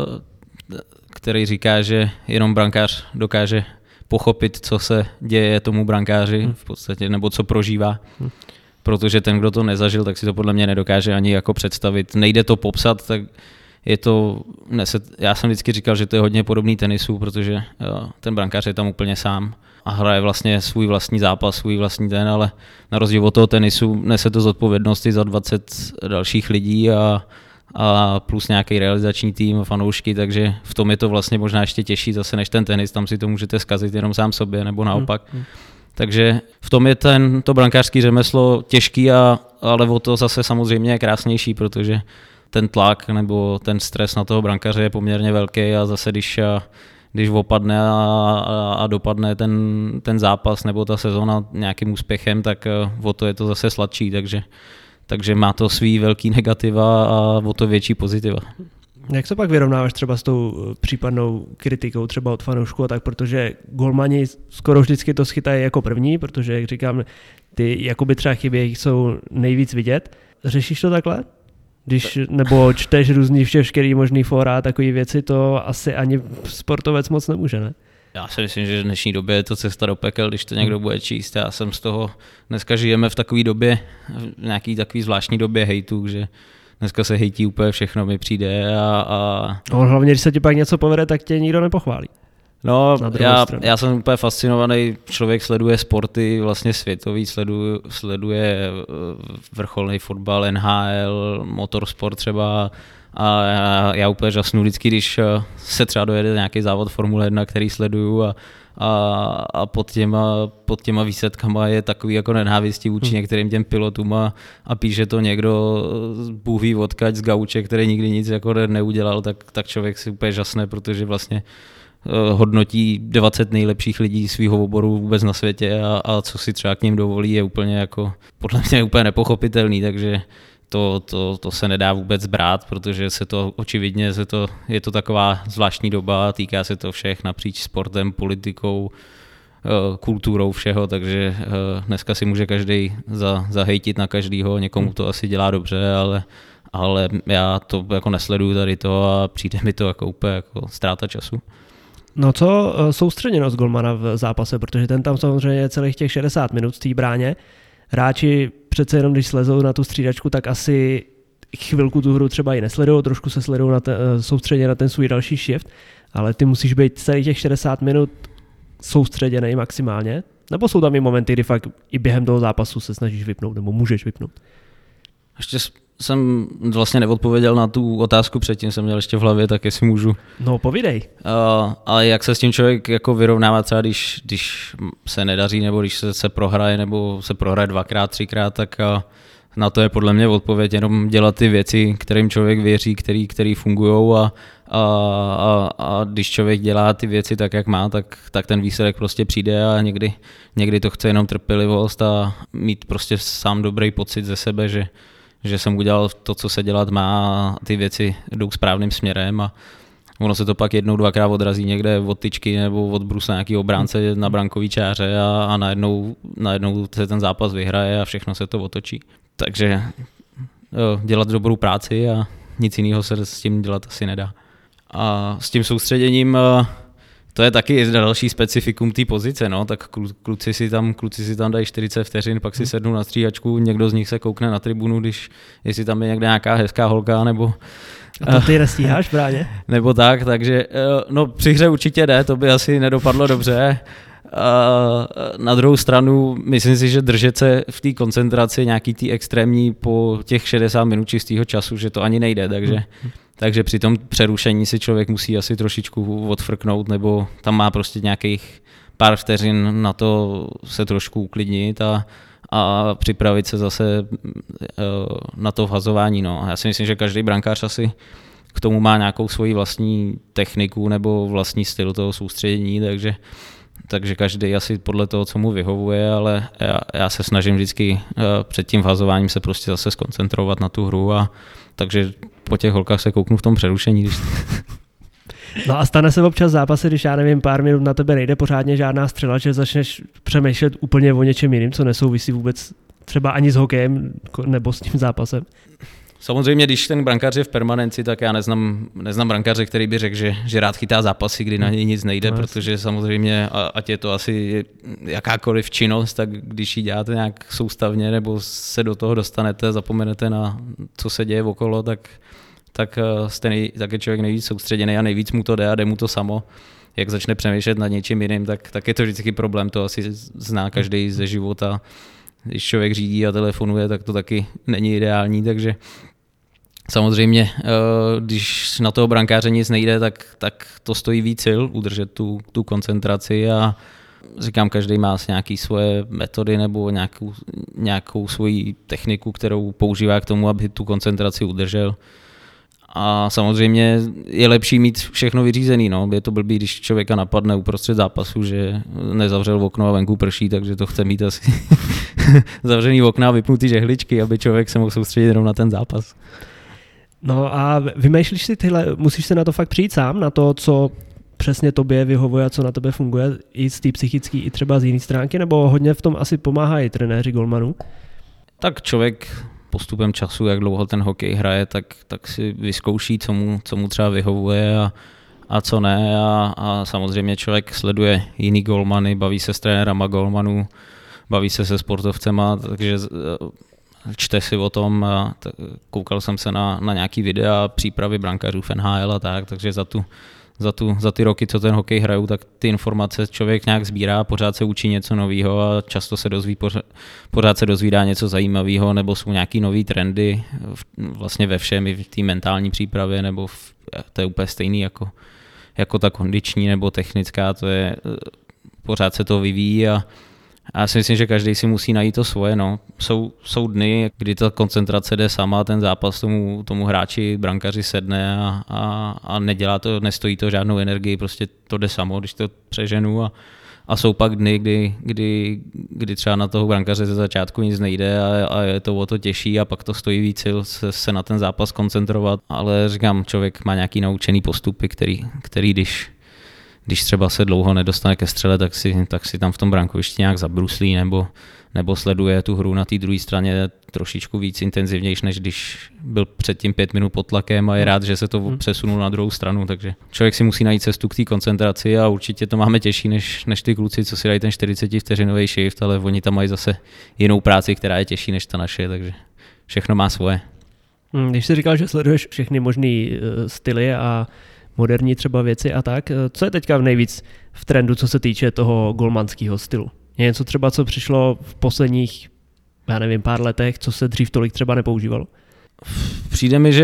který říká, že jenom brankář dokáže pochopit, co se děje tomu brankáři v podstatě, nebo co prožívá. Protože ten, kdo to nezažil, tak si to podle mě nedokáže ani jako představit. Nejde to popsat, tak je to, já jsem vždycky říkal, že to je hodně podobný tenisu, protože ten brankář je tam úplně sám a hraje vlastně svůj vlastní zápas, svůj vlastní ten, ale na rozdíl od toho tenisu nese to zodpovědnosti za 20 dalších lidí a plus nějaký realizační tým, fanoušky, takže v tom je to vlastně možná ještě těžší zase než ten tenis, tam si to můžete zkazit jenom sám sobě nebo naopak. Takže v tom je to brankářský řemeslo těžký, ale o to zase samozřejmě je krásnější, protože ten tlak nebo ten stres na toho brankaře je poměrně velký a zase když opadne a dopadne ten zápas nebo ta sezona nějakým úspěchem, tak o to je to zase sladší, takže má to svý velký negativa a o to větší pozitiva. Jak se pak vyrovnáváš třeba s tou případnou kritikou třeba od fanoušků a tak, protože golmani skoro vždycky to schytají jako první, protože, jak říkám, ty jakoby třeba chyby jsou nejvíc vidět. Řešíš to takhle? Nebo čteš různý všecky možný fóra a takové věci, to asi ani sportovec moc nemůže, ne? Já si myslím, že v dnešní době je to cesta do pekel, když to někdo bude číst. Já jsem z toho, dneska žijeme v takové době, v nějaký takový zvláštní době hejtu, že dneska se hejtí úplně všechno, mi přijde a... No, hlavně, když se ti pak něco povede, tak tě nikdo nepochválí. No, já jsem úplně fascinovaný, člověk sleduje sporty vlastně světový, sleduje vrcholný fotbal, NHL, motorsport třeba a já úplně žasnu vždycky, když se třeba dojede nějaký závod Formule 1, který sleduju a pod těma výsledkama je takový jako nenávistí vůči některým těm pilotům a píše to někdo Bůh ví odkaď z gauče, který nikdy nic jako neudělal, tak člověk si úplně žasne, protože vlastně hodnotí 20 nejlepších lidí svýho oboru vůbec na světě a co si třeba k ním dovolí je úplně jako podle mě úplně nepochopitelný, takže to se nedá vůbec brát, protože je to taková zvláštní doba, týká se to všech napříč sportem, politikou, kulturou všeho, takže dneska si může každý zahejtit na každýho, někomu to asi dělá dobře, ale já to jako nesleduju tady to a přijde mi to jako úplně jako ztráta času. No co soustředěnost golmana v zápase, protože ten tam samozřejmě je celých těch 60 minut v té bráně. Hráči přece jenom, když slezou na tu střídačku, tak asi chvilku tu hru třeba i nesledují, trošku se sledují soustředěně na ten svůj další shift, ale ty musíš být celých těch 60 minut soustředěný maximálně, nebo jsou tam i momenty, kdy fakt i během toho zápasu se snažíš vypnout, nebo můžeš vypnout? Ještě jsem vlastně neodpověděl na tu otázku předtím, jsem měl ještě v hlavě, tak jestli můžu. No, povídej. Ale jak se s tím člověk jako vyrovnává třeba, když se nedaří, nebo když se prohraje, nebo se prohraje 2x, 3x, tak na to je podle mě odpověď jenom dělat ty věci, kterým člověk věří, který fungujou a když člověk dělá ty věci tak, jak má, tak ten výsledek prostě přijde a někdy to chce jenom trpělivost a mít prostě sám dobrý pocit ze sebe, že jsem udělal to, co se dělat má a ty věci jdou správným směrem a ono se to pak jednou, dvakrát odrazí někde od tyčky nebo od brusle nějaký obránce na brankový čáře a najednou se ten zápas vyhraje a všechno se to otočí. Takže dělat dobrou práci a nic jiného se s tím dělat asi nedá. A s tím soustředěním to je taky další specifikum té pozice, no, tak kluci si tam dají 40 vteřin, pak si sednou na stříhačku, někdo z nich se koukne na tribunu, jestli tam je někde nějaká hezká holka, nebo... A to ty nestíháš, bráně? Nebo tak, takže no při hře určitě jde, to by asi nedopadlo dobře. Na druhou stranu, myslím si, že držet se v té koncentraci nějaký tý extrémní po těch 60 minut čistého času, že to ani nejde, takže při tom přerušení si člověk musí asi trošičku odfrknout, nebo tam má prostě nějakých pár vteřin na to se trošku uklidnit a připravit se zase na to vhazování. No. Já si myslím, že každý brankář asi k tomu má nějakou svoji vlastní techniku nebo vlastní styl toho soustředění, takže každý asi podle toho, co mu vyhovuje, ale já se snažím vždycky před tím vhazováním se prostě zase skoncentrovat na tu hru a takže po těch holkách se kouknu v tom přerušení. No a stane se občas zápasy, když já nevím, pár minut na tebe nejde pořádně žádná střela, že začneš přemýšlet úplně o něčem jiným, co nesouvisí vůbec třeba ani s hokejem nebo s tím zápasem? Samozřejmě, když ten brankář je v permanenci, tak já neznám brankáře, který by řekl, že rád chytá zápasy, kdy na něj nic nejde, protože samozřejmě, ať je to asi jakákoliv činnost, tak když ji děláte nějak soustavně nebo se do toho dostanete, zapomenete na co se děje okolo, tak je člověk nejvíc soustředěný a nejvíc mu to jde a jde mu to samo. Jak začne přemýšlet nad něčím jiným, tak je to vždycky problém, to asi zná každý ze života. Když člověk řídí a telefonuje, tak to taky není ideální, takže samozřejmě, když na toho brankáře nic nejde, tak to stojí víc sil udržet tu koncentraci a říkám, každý má nějaké svoje metody nebo nějakou svoji techniku, kterou používá k tomu, aby tu koncentraci udržel. A samozřejmě je lepší mít všechno vyřízený. No. Je to blbý, když člověka napadne uprostřed zápasu, že nezavřel okno a venku prší, takže to chce mít asi zavřený okna a vypnutý žehličky, aby člověk se mohl soustředit jenom na ten zápas. No a vymýšlíš si musíš se na to fakt přijít sám, na to, co přesně tobě vyhovuje a co na tebe funguje, i z té psychické, i třeba z jiné stránky, nebo hodně v tom asi pomáhají trenéři golmanů? Tak člověk postupem času, jak dlouho ten hokej hraje, tak si vyzkouší, co mu třeba vyhovuje a co ne. A samozřejmě člověk sleduje jiný golmany, baví se s trenérama golmanů, baví se se sportovcema, takže čte si o tom. Koukal jsem se na nějaký videa přípravy brankářů v NHL a takže za ty roky, co ten hokej hrajou, tak ty informace člověk nějak sbírá, pořád se učí něco nového a často se pořád se dozvídá něco zajímavého, nebo jsou nějaký nový trendy vlastně ve všem, i v té mentální přípravě, nebo to je úplně stejný jako ta kondiční nebo technická, to je, pořád se to vyvíjí a já si myslím, že každý si musí najít to svoje. No. Jsou dny, kdy ta koncentrace jde sama, ten zápas tomu hráči, brankaři sedne a nestojí to žádnou energii, prostě to jde samo, když to přeženu. A jsou pak dny, kdy třeba na toho brankaře ze začátku nic nejde a je to o to těžší a pak to stojí víc sil se na ten zápas koncentrovat. Ale říkám, člověk má nějaký naučený postupy, který když třeba se dlouho nedostane ke střele, tak si tam v tom brankovišti nějak zabruslí nebo sleduje tu hru na té druhé straně trošičku víc intenzivnější, než když byl předtím 5 minut pod tlakem a je rád, že se to přesunul na druhou stranu. Takže člověk si musí najít cestu k té koncentraci a určitě to máme těžší než ty kluci, co si dají ten 40 vteřinový shift, ale oni tam mají zase jinou práci, která je těžší než ta naše, takže všechno má svoje. Když jsi říkal, že sleduješ všechny možný styly a moderní třeba věci a tak, co je teďka nejvíc v trendu, co se týče toho golmanského stylu? Je něco třeba, co přišlo v posledních, já nevím, pár letech, co se dřív tolik třeba nepoužívalo? Přijde mi,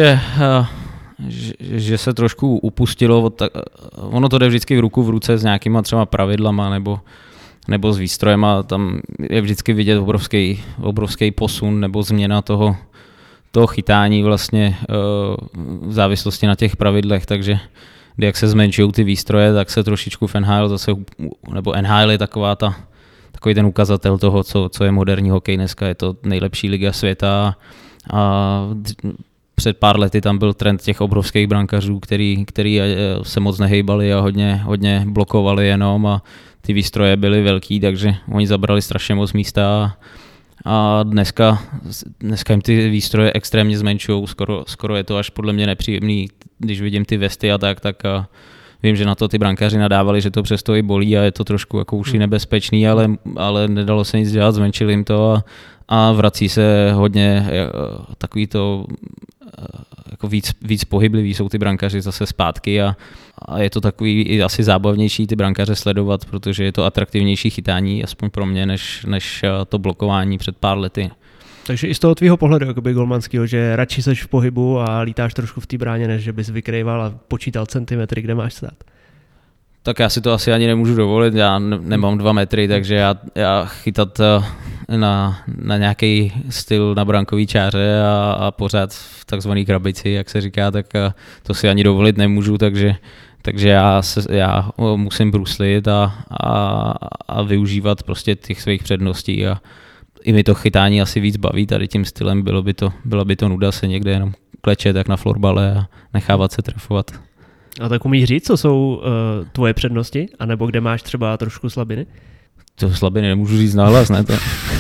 že se trošku upustilo, ono to jde vždycky ruku v ruce s nějakýma třeba pravidlama nebo s výstrojem, tam je vždycky vidět obrovský posun nebo změna toho chytání vlastně v závislosti na těch pravidlech, takže jak se zmenšují ty výstroje, tak se trošičku v NHL zase, nebo NHL je takový ten ukazatel toho, co je moderní hokej dneska, je to nejlepší liga světa a před pár lety tam byl trend těch obrovských brankařů, který se moc nehejbali a hodně blokovali jenom a ty výstroje byly velký, takže oni zabrali strašně moc místa a dneska jim ty výstroje extrémně zmenšují, skoro je to až podle mě nepříjemný, když vidím ty vesty a tak vím, že na to ty brankáři nadávali, že to přesto i bolí a je to trošku jako už i nebezpečný, ale nedalo se nic dělat, zmenšili jim to a vrací se hodně takový to jako víc pohyblivý jsou ty brankaři zase zpátky a je to takový i asi zábavnější ty brankaře sledovat, protože je to atraktivnější chytání, aspoň pro mě, než to blokování před pár lety. Takže i z toho tvýho pohledu jakoby golmanskýho, že radši seš v pohybu a lítáš trošku v té bráně, než že bys vykrýval a počítal centimetry, kde máš stát. Tak já si to asi ani nemůžu dovolit, já nemám 2 metry, takže já chytat na nějaký styl na brankový čáře a pořád v takzvaný krabici, jak se říká, tak to si ani dovolit nemůžu, takže já musím bruslit a využívat prostě těch svých předností a i mi to chytání asi víc baví tady tím stylem, byla by to nuda se někde jenom klečet jak na florbale a nechávat se trefovat. A tak umíš říct, co jsou tvoje přednosti, anebo kde máš třeba trošku slabiny? To slabiny nemůžu říct nahlas, ne to.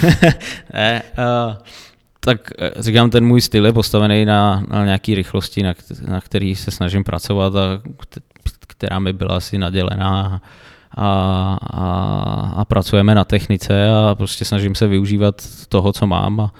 Tak říkám, ten můj styl je postavený na nějaký rychlosti, na který se snažím pracovat a která mi byla asi nadělená a pracujeme na technice a prostě snažím se využívat toho, co mám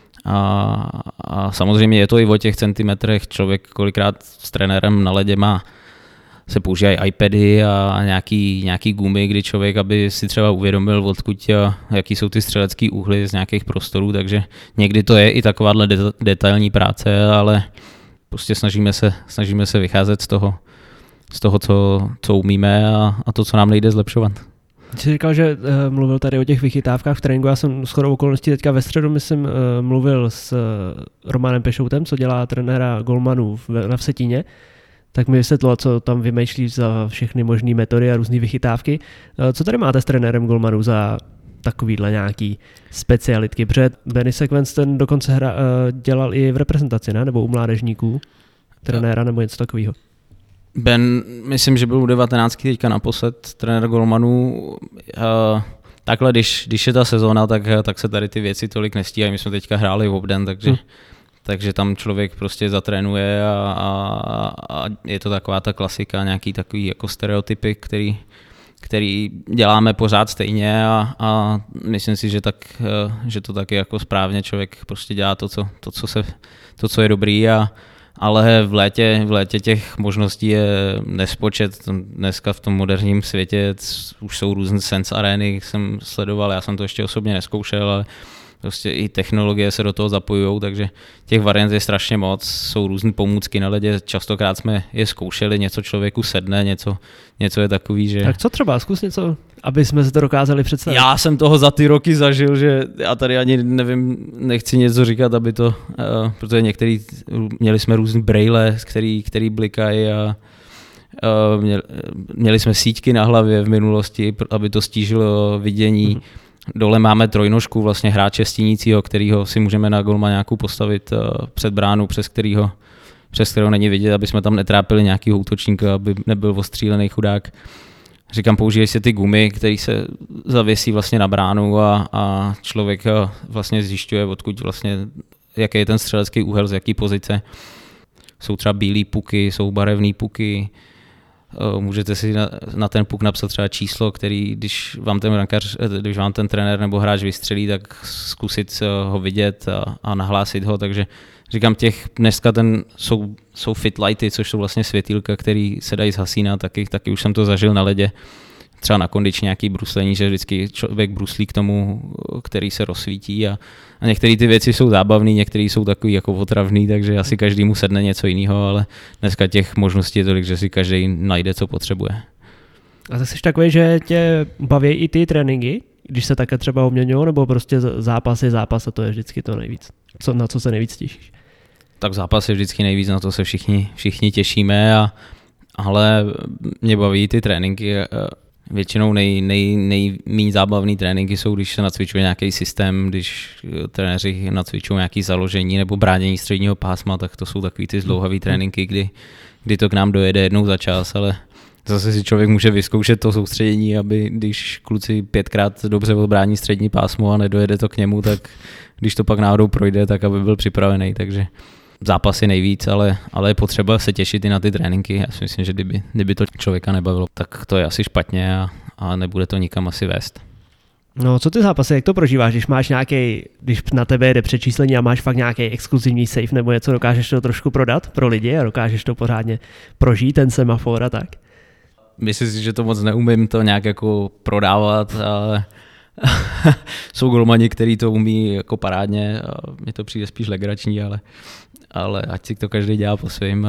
a samozřejmě je to i o těch centimetrech, člověk kolikrát s trenérem na ledě se používají iPady a nějaký gumy, kdy člověk, aby si třeba uvědomil, odkud jaký jsou ty střelecký úhly z nějakých prostorů, takže někdy to je i takováhle detailní práce, ale prostě snažíme se vycházet z toho, co umíme a to, co nám nejde zlepšovat. Jsi říkal, že mluvil tady o těch vychytávkách v tréninku, já jsem shodou okolností teďka ve středu, myslím, mluvil s Romanem Pešoutem, co dělá trenéra golmanů na Vsetíně, tak mi vysvětlilo, co tam vymýšlí za všechny možné metody a různé vychytávky. Co tady máte s trenérem golmanů za takovýhle nějaký specialitky? Protože Benny Sequence ten dokonce dělal i v reprezentaci, ne? Nebo u mládežníků trenéra nebo něco takového. Ben, myslím, že byl u 19 teďka naposled trenér golmanů. Takhle, když je ta sezóna, tak se tady ty věci tolik nestíhají. My jsme teďka hráli v obden, takže tam člověk prostě zatrénuje a je to taková ta klasika, nějaký takový jako stereotypy, který děláme pořád stejně a myslím si, že to taky jako správně člověk prostě dělá to, co je dobrý ale v létě těch možností je nespočet. Dneska v tom moderním světě už jsou různé sense arény, jsem sledoval, já jsem to ještě osobně nezkoušel, ale prostě i technologie se do toho zapojujou, takže těch variant je strašně moc, jsou různé pomůcky na ledě, častokrát jsme je zkoušeli, něco člověku sedne, něco je takový, že... Tak co třeba, zkus něco, aby jsme si to dokázali představit. Já jsem toho za ty roky zažil, že já tady ani nevím, nechci něco říkat, aby to, protože měli jsme různé brejle, který blikají a měli jsme síťky na hlavě v minulosti, aby to stížilo vidění. Dole máme trojnožku, vlastně hráče stínícího, kterýho si můžeme na golmaňáku postavit před bránu, přes kterého není vidět, aby jsme tam netrápili nějakýho útočníka, aby nebyl ostřílený chudák. Říkám, používají se ty gumy, který se zavěsí vlastně na bránu a člověk vlastně zjišťuje, odkud vlastně, jaký je ten střelecký úhel, z jaký pozice. Jsou třeba bílý puky, jsou barevný puky, můžete si na ten puk napsat třeba číslo, který, když vám ten trenér nebo hráč vystřelí, tak zkusit ho vidět a nahlásit ho, takže říkám, dneska jsou fitlighty, což jsou vlastně světýlka, které se dají zhasínat, taky už jsem to zažil na ledě, třeba na kondič nějaký bruslení, že vždycky člověk bruslí k tomu, který se rozsvítí a některé ty věci jsou zábavné, některé jsou takový jako otravný, takže asi každému sedne něco jiného, ale dneska těch možností je tolik, že si každý najde, co potřebuje. A tak jsi takový, že tě baví i ty tréninky, když se také třeba obměňují, nebo prostě zápas je zápas a to je vždycky to nejvíc? Na co se nejvíc těšíš? Tak zápas je vždycky nejvíc, na to se všichni těšíme, ale mě baví ty tréninky. Většinou nejméně zábavný tréninky jsou, když se nacvičuje nějaký systém, když trenéři nacvičují nějaké založení nebo bránění středního pásma, tak to jsou takový ty zdlouhavý tréninky, kdy to k nám dojede jednou za čas, ale zase si člověk může vyzkoušet to soustředění, aby když kluci 5krát dobře odbrání střední pásmo a nedojede to k němu, tak když to pak náhodou projde, tak aby byl připravený, takže zápasy nejvíc, ale je potřeba se těšit i na ty tréninky. Já si myslím, že kdyby to člověka nebavilo, tak to je asi špatně a nebude to nikam asi vést. No, co ty zápasy, jak to prožíváš, když máš když na tebe jde přečíslení a máš fakt nějaký exkluzivní safe nebo něco, dokážeš to trošku prodat pro lidi a dokážeš to pořádně prožít, ten semafor a tak? Myslím si, že to moc neumím to nějak jako prodávat, ale jsou golmani, kteří to umí jako parádně a mně to přijde spíš legrační, ale ať si to každý dělá po svým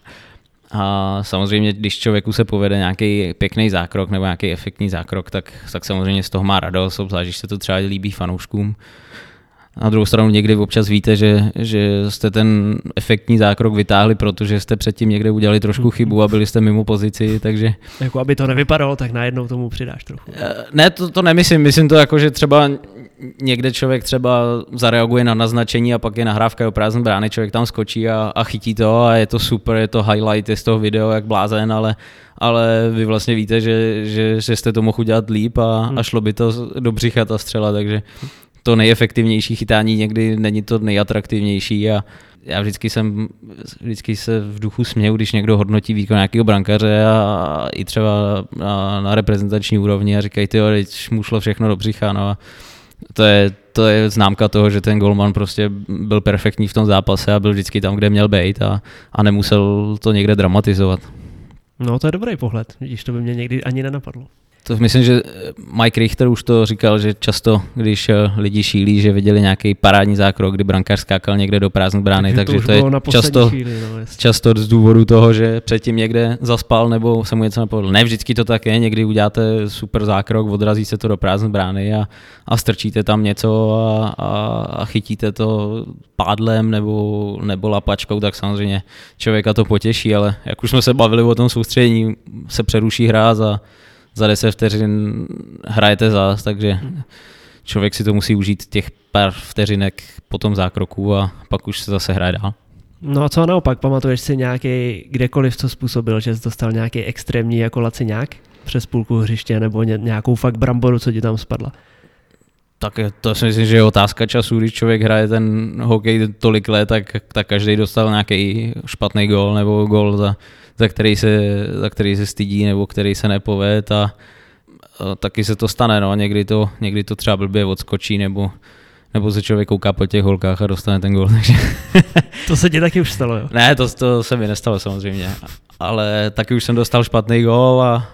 a samozřejmě, když člověku se povede nějaký pěkný zákrok nebo nějaký efektní zákrok, tak samozřejmě z toho má radost, obzvlášť, když se to třeba líbí fanouškům. Na druhou stranu někdy občas víte, že jste ten efektní zákrok vytáhli, protože jste předtím někde udělali trošku chybu a byli jste mimo pozici, takže... Jako aby to nevypadalo, tak najednou tomu přidáš trochu. Ne, to nemyslím. Myslím to jako, že třeba někde člověk třeba zareaguje na naznačení a pak je nahrávka do prázdné brány, člověk tam skočí a chytí to a je to super, je to highlight, je z toho video jak blázen, ale vy vlastně víte, že jste to mohl udělat líp a šlo by to do břicha ta střela, takže to nejefektivnější chytání někdy není to nejatraktivnější a já vždycky se v duchu směju, když někdo hodnotí výkon nějakého brankaře a i třeba na reprezentační úrovni a říkají, teď mu šlo všechno do břicha, no a to je známka toho, že ten golman prostě byl perfektní v tom zápase a byl vždycky tam, kde měl být a nemusel to někde dramatizovat. No to je dobrý pohled, když to by mě někdy ani nenapadlo. To myslím, že Mike Richter už to říkal, že často, když lidi šílí, že viděli nějaký parádní zákrok, kdy brankář skákal někde do prázdné brány, takže to je často z důvodu toho, že předtím někde zaspal nebo se mu něco nepovedlo. Ne vždycky to tak je, někdy uděláte super zákrok, odrazí se to do prázdné brány a strčíte tam něco a chytíte to pádlem nebo lapačkou, tak samozřejmě člověka to potěší, ale jak už jsme se bavili o tom soustředění, se přeruší hra za 10 vteřin hrajete zás, takže člověk si to musí užít těch pár vteřinek po tom zákroku a pak už se zase hraje dál. No a co naopak, pamatuješ si nějaký kdekoliv, co způsobil, že jsi dostal nějaký extrémní jako laciňák přes půlku hřiště nebo nějakou fakt bramboru, co ti tam spadla? Tak to si myslím, že je otázka času, když člověk hraje ten hokej tolik let, tak každý dostal nějaký špatný gól nebo gól za který se stydí nebo který se nepoved a taky se to stane, no, někdy to třeba blbě odskočí nebo se člověk kouká po těch holkách a dostane ten gól, takže... To se ti taky už stalo, jo? Ne, to se mi nestalo samozřejmě, ale taky už jsem dostal špatný gól a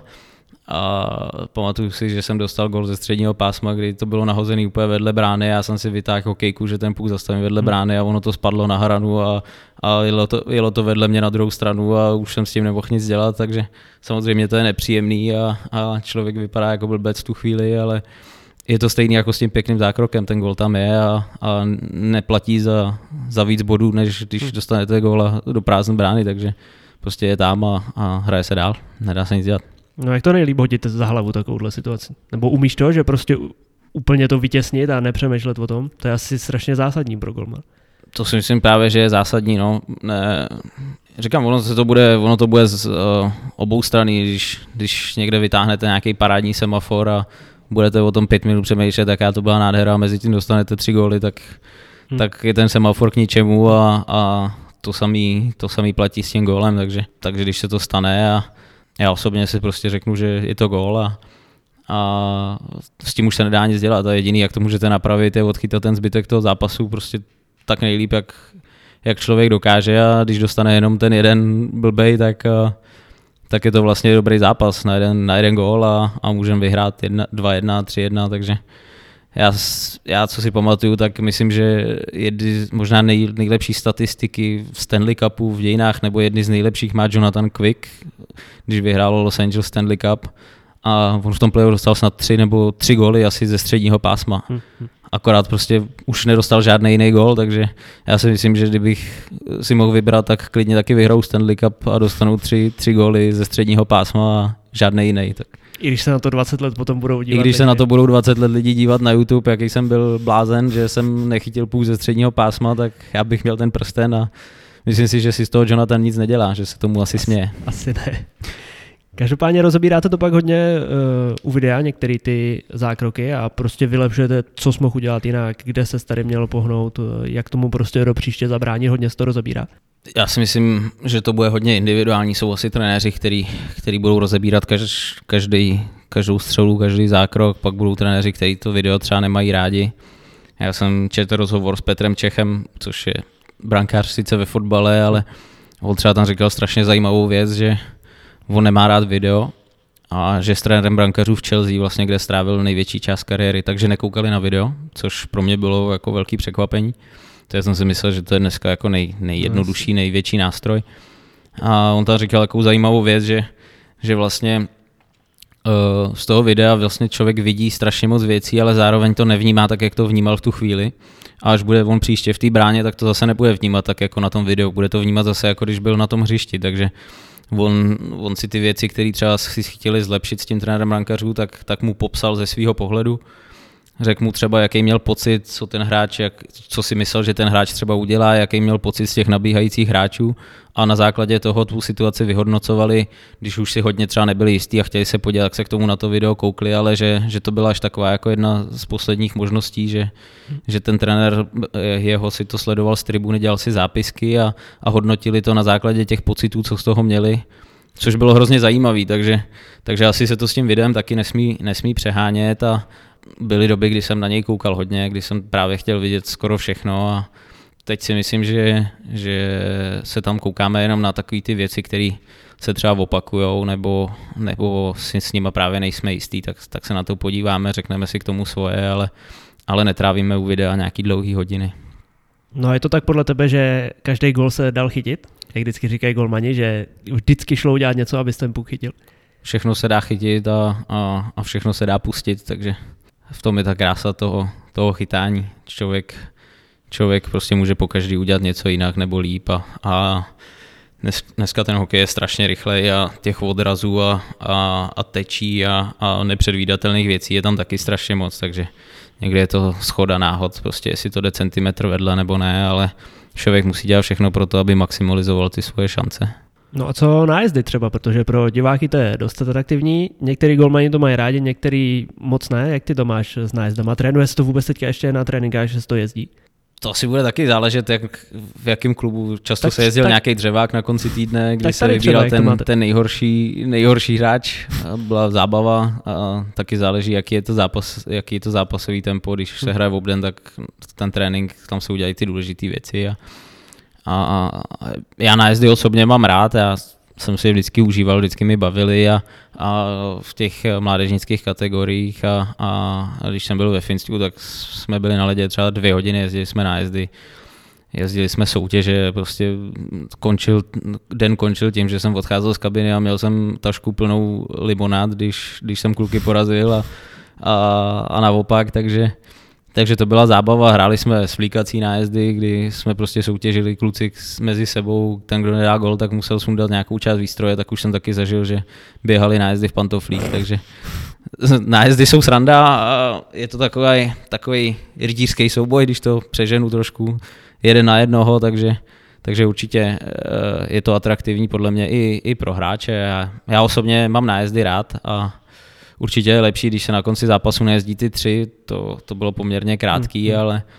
pamatuju si, že jsem dostal gól ze středního pásma, kdy to bylo nahozený úplně vedle brány, já jsem si vytáhl hokejku, že ten puk zastavím vedle brány a ono to spadlo na hranu a jelo to vedle mě na druhou stranu a už jsem s tím nemohl nic dělat, takže samozřejmě to je nepříjemný a člověk vypadá jako blbec v tu chvíli, ale je to stejný jako s tím pěkným zákrokem, ten gól tam je a neplatí za víc bodů, než když dostanete góla do prázdné brány, takže prostě je tam a hraje se dál, nedá se nic dělat. No jak to nejlíp hodit za hlavu takovouhle situaci? Nebo umíš to, že prostě úplně to vytěsnit a nepřemýšlet o tom? To je asi strašně zásadní pro golmana. To si myslím právě, že je zásadní. No. Říkám, ono to bude z obou strany, když někde vytáhnete nějaký parádní semafor a budete o tom 5 minut přemýšlet, jaká to byla nádhera a mezi tím dostanete 3 góly, tak je ten semafor k ničemu a to samý platí s tím gólem, takže když se to stane a já osobně si prostě řeknu, že je to gól a s tím už se nedá nic dělat a jediný, jak to můžete napravit, je odchytat ten zbytek toho zápasu prostě tak nejlíp, jak člověk dokáže a když dostane jenom ten jeden blbej, tak je to vlastně dobrý zápas na jeden gól a můžeme vyhrát 2-1, 3-1, takže já co si pamatuju, tak myslím, že jedny možná nejlepší statistiky v Stanley Cupu v dějinách, nebo jedny z nejlepších má Jonathan Quick, když vyhrál Los Angeles Stanley Cup a on v tom playoff dostal snad 3 góly asi ze středního pásma. Akorát prostě už nedostal žádný jiný gól, takže já si myslím, že kdybych si mohl vybrat, tak klidně taky vyhrou Stanley Cup a dostanou 3 góly ze středního pásma a žádný jiný. Tak. I když se na to 20 let potom budou dívat. I když se na to budou 20 let lidi dívat na YouTube, jaký jsem byl blázen, že jsem nechytil půl ze středního pásma, tak já bych měl ten prsten a myslím si, že si z toho Jonathan nic nedělá, že se tomu asi směje. Asi ne. Každopádně rozebíráte to pak hodně u videa, některé ty zákroky a prostě vylepšujete, co jsme mohl udělat jinak, kde se tady mělo pohnout, jak tomu prostě do příště zabránit, hodně se to rozebírá. Já si myslím, že to bude hodně individuální, jsou asi trenéři, který budou rozebírat každou střelu, každý zákrok, pak budou trenéři, kteří to video třeba nemají rádi. Já jsem četl rozhovor s Petrem Čechem, což je brankář sice ve fotbale, ale on třeba tam říkal strašně zajímavou věc, že on nemá rád video a že s trenérem brankařů v Chelsea, vlastně, kde strávil největší část kariéry, takže nekoukali na video, což pro mě bylo jako velký překvapení. To já jsem si myslel, že to je dneska jako nejjednodušší, největší nástroj. A on tam říkal takovou zajímavou věc, že vlastně z toho videa vlastně člověk vidí strašně moc věcí, ale zároveň to nevnímá tak, jak to vnímal v tu chvíli. A až bude on příště v té bráně, tak to zase nebude vnímat tak jako na tom videu. Bude to vnímat zase jako když byl na tom hřišti, takže on si ty věci, které třeba si chtěli zlepšit s tím trenérem brankařů, tak mu popsal ze svého pohledu. Řekl mu třeba, jaký měl pocit, co si myslel, že ten hráč třeba udělá, jaký měl pocit z těch nabíhajících hráčů a na základě toho tu situaci vyhodnocovali, když už si hodně třeba nebyli jistí a chtěli se podívat, tak se k tomu na to video koukli, ale že to byla až taková jako jedna z posledních možností, že ten trenér jeho si to sledoval z tribuny, dělal si zápisky a hodnotili to na základě těch pocitů, co z toho měli, což bylo hrozně zajímavý, takže asi se to s tím videem taky nesmí přehánět a byly doby, kdy jsem na něj koukal hodně, kdy jsem právě chtěl vidět skoro všechno a teď si myslím, že se tam koukáme jenom na takové ty věci, které se třeba opakujou nebo si s nima právě nejsme jistý, tak se na to podíváme, řekneme si k tomu svoje, ale netrávíme u videa nějaký dlouhý hodiny. No a je to tak podle tebe, že každý gól se dal chytit? Jak vždycky říkají golmani, že vždycky šlo udělat něco, abys ten puk chytil? Všechno se dá chytit a všechno se dá pustit, takže v tom je ta krása toho chytání. Člověk prostě může pokaždý udělat něco jinak nebo líp a dneska ten hokej je strašně rychlej a těch odrazů a tečí a nepředvídatelných věcí je tam taky strašně moc, takže někdy je to shoda náhod, prostě jestli to jde centimetr vedle nebo ne, ale člověk musí dělat všechno pro to, aby maximalizoval ty svoje šance. No a co nájezdy třeba, protože pro diváky to je dost atraktivní, některý golmani to mají rádi, některý moc ne, jak ty to máš s nájezdama? Trénuje se to vůbec teďka ještě na tréninkách, že se to jezdí? To asi bude taky záležet, v jakém klubu. Často se jezdil nějaký dřevák na konci týdne, kdy se vybíral ten nejhorší hráč, byla zábava a taky záleží, jaký je to zápasový tempo, když se hraje v obden, tak ten trénink, tam se udělají ty důležité věci a já nájezdy osobně mám rád, já jsem si je vždycky užíval, vždycky mi bavili a v těch mládežnických kategoriích a když jsem byl ve Finsku, tak jsme byli na ledě třeba 2 hodiny, jezdili jsme nájezdy, jezdili jsme soutěže, prostě den končil tím, že jsem odcházel z kabiny a měl jsem tašku plnou limonád, když jsem kluky porazil a naopak, takže to byla zábava, hráli jsme svlíkací nájezdy, kdy jsme prostě soutěžili kluci mezi sebou, ten, kdo nedá gol, tak musel sundat nějakou část výstroje, tak už jsem taky zažil, že běhali nájezdy v pantoflích, takže nájezdy jsou sranda a je to takový rytířský souboj, když to přeženu trošku 1 na 1, takže určitě je to atraktivní podle mě i pro hráče. Já osobně mám nájezdy rád a určitě je lepší, když se na konci zápasu nejezdí ty 3, to bylo poměrně krátký, ale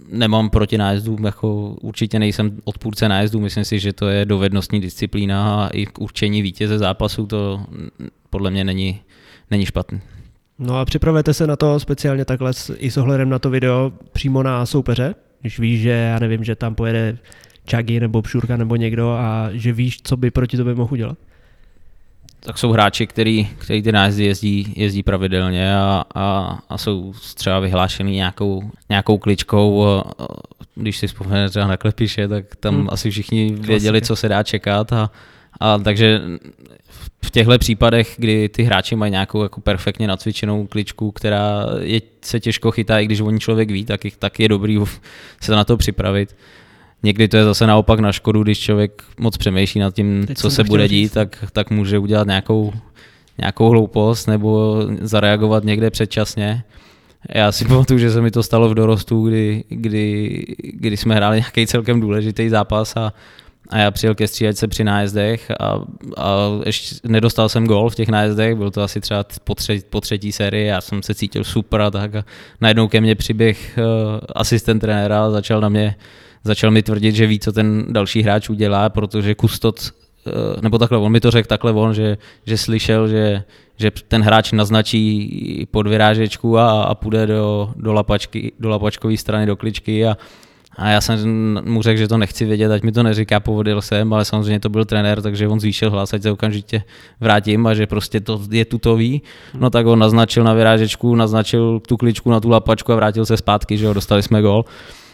nemám proti nájezdům, jako určitě nejsem odpůrce nájezdů, myslím si, že to je dovednostní disciplína a i k určení vítěze zápasu to podle mě není špatný. No a připravujete se na to speciálně takhle i s ohledem na to video přímo na soupeře, když víš, že já nevím, že tam pojede Čagi nebo Pšurka nebo někdo a že víš, co by proti tobě mohl udělat? Tak jsou hráči, který ty nájezdy jezdí pravidelně a jsou třeba vyhlášený nějakou kličkou. Když si vzpomene třeba na Klepiše, tak tam asi všichni věděli, co se dá čekat. A takže v těchto případech, kdy ty hráči mají nějakou jako perfektně nacvičenou kličku, která se těžko chytá, i když o ní člověk ví, tak je dobrý se na to připravit. Někdy to je zase naopak na škodu, když člověk moc přemýšlí nad tím, co se bude dít, tak může udělat nějakou hloupost nebo zareagovat někde předčasně. Já si pamatuju, že se mi to stalo v dorostu, kdy jsme hráli nějaký celkem důležitý zápas a já přijel ke střídačce při nájezdech a ještě nedostal jsem gól v těch nájezdech, byl to asi třeba po třetí sérii, já jsem se cítil super a tak a najednou ke mně přiběh asistent trenéra a začal mi tvrdit, že ví, co ten další hráč udělá, protože kustot, nebo takhle, on mi to řekl takhle že slyšel, že ten hráč naznačí podvyrážečku a půjde do lapačkové strany, do kličky a já jsem mu řekl, že to nechci vědět, ať mi to neříká, povodil jsem, ale samozřejmě to byl trenér, takže on zvýšil hlas, ať se okamžitě vrátím a že prostě to je tutový. No tak on naznačil na vyrážečku, naznačil tu kličku na tu lapačku a vrátil se zpátky, že jo, dostali jsme gól.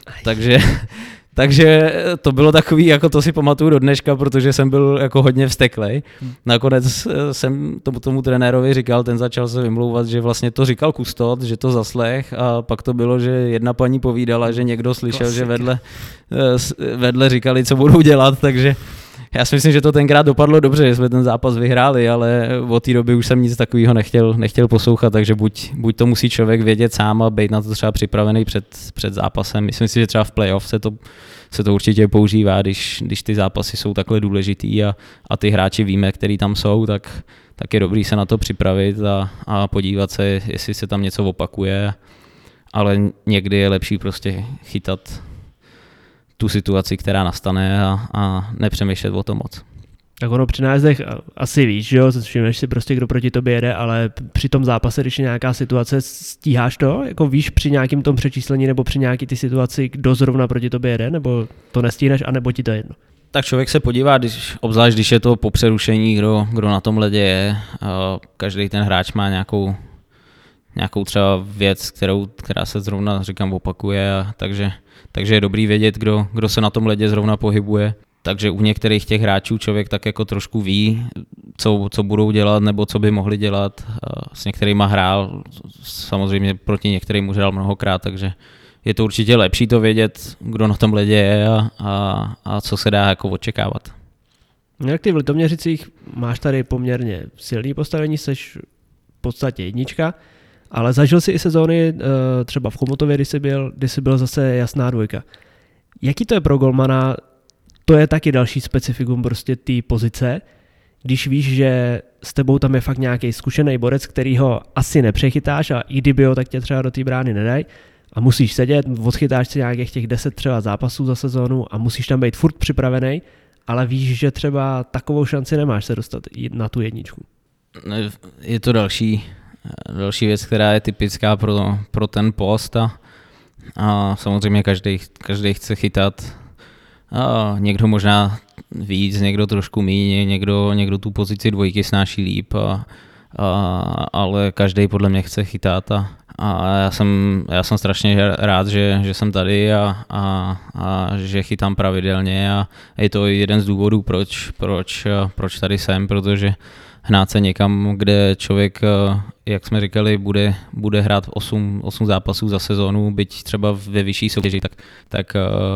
Takže to bylo takový, jako to si pamatuju do dneška, protože jsem byl jako hodně vzteklej. Nakonec jsem tomu trenérovi říkal, ten začal se vymlouvat, že vlastně to říkal kustot, že to zaslech a pak to bylo, že jedna paní povídala, že někdo slyšel, že vedle říkali, co budou dělat, takže já si myslím, že to tenkrát dopadlo dobře, že jsme ten zápas vyhráli, ale od té doby už jsem nic takového nechtěl poslouchat, takže buď to musí člověk vědět sám a být na to třeba připravený před zápasem. Myslím si, že třeba v playoff se to určitě používá, když ty zápasy jsou takhle důležitý a ty hráči víme, který tam jsou, tak je dobrý se na to připravit a podívat se, jestli se tam něco opakuje, ale někdy je lepší prostě chytat tu situaci, která nastane a nepřemýšlet o tom moc. Tak ono při nájezdech asi víš, že jo, všimneš si prostě, kdo proti tobě jede, ale při tom zápase, když je nějaká situace, stíháš to? Jako víš při nějakým tom přečíslení nebo při nějaký ty situaci, kdo zrovna proti tobě jede, nebo to nestíhneš, anebo ti to jedno? Tak člověk se podívá, obzvlášť když je to po přerušení, kdo na tom ledě je. Každý ten hráč má nějakou třeba věc, která se zrovna, říkám, opakuje, takže je dobrý vědět, kdo se na tom ledě zrovna pohybuje. Takže u některých těch hráčů člověk tak jako trošku ví, co budou dělat nebo co by mohli dělat. S některýma hrál, samozřejmě proti některým už hrál mnohokrát, takže je to určitě lepší to vědět, kdo na tom ledě je a co se dá jako očekávat. Jak ty v Litoměřicích máš tady poměrně silný postavení, seš v podstatě jednička, ale zažil si i sezóny třeba v Chomutově, kdy jsi byl zase jasná dvojka. Jaký to je pro golmana? To je taky další specifikum prostě té pozice, když víš, že s tebou tam je fakt nějaký zkušený borec, který ho asi nepřechytáš a i kdyby ho, tak tě třeba do té brány nedají a musíš sedět, odchytáš si nějakých těch 10 třeba zápasů za sezónu a musíš tam být furt připravený, ale víš, že třeba takovou šanci nemáš se dostat na tu jedničku. Je to další věc, která je typická pro ten post a samozřejmě každý chce chytat. A někdo možná víc, někdo trošku míň, někdo tu pozici dvojky snáší líp, ale každý podle mě chce chytat a já jsem strašně rád, že jsem tady a že chytám pravidelně a je to jeden z důvodů, proč tady jsem, protože hnát se někam, kde člověk, jak jsme říkali, bude hrát 8 zápasů za sezónu, byť třeba ve vyšší soutěži, tak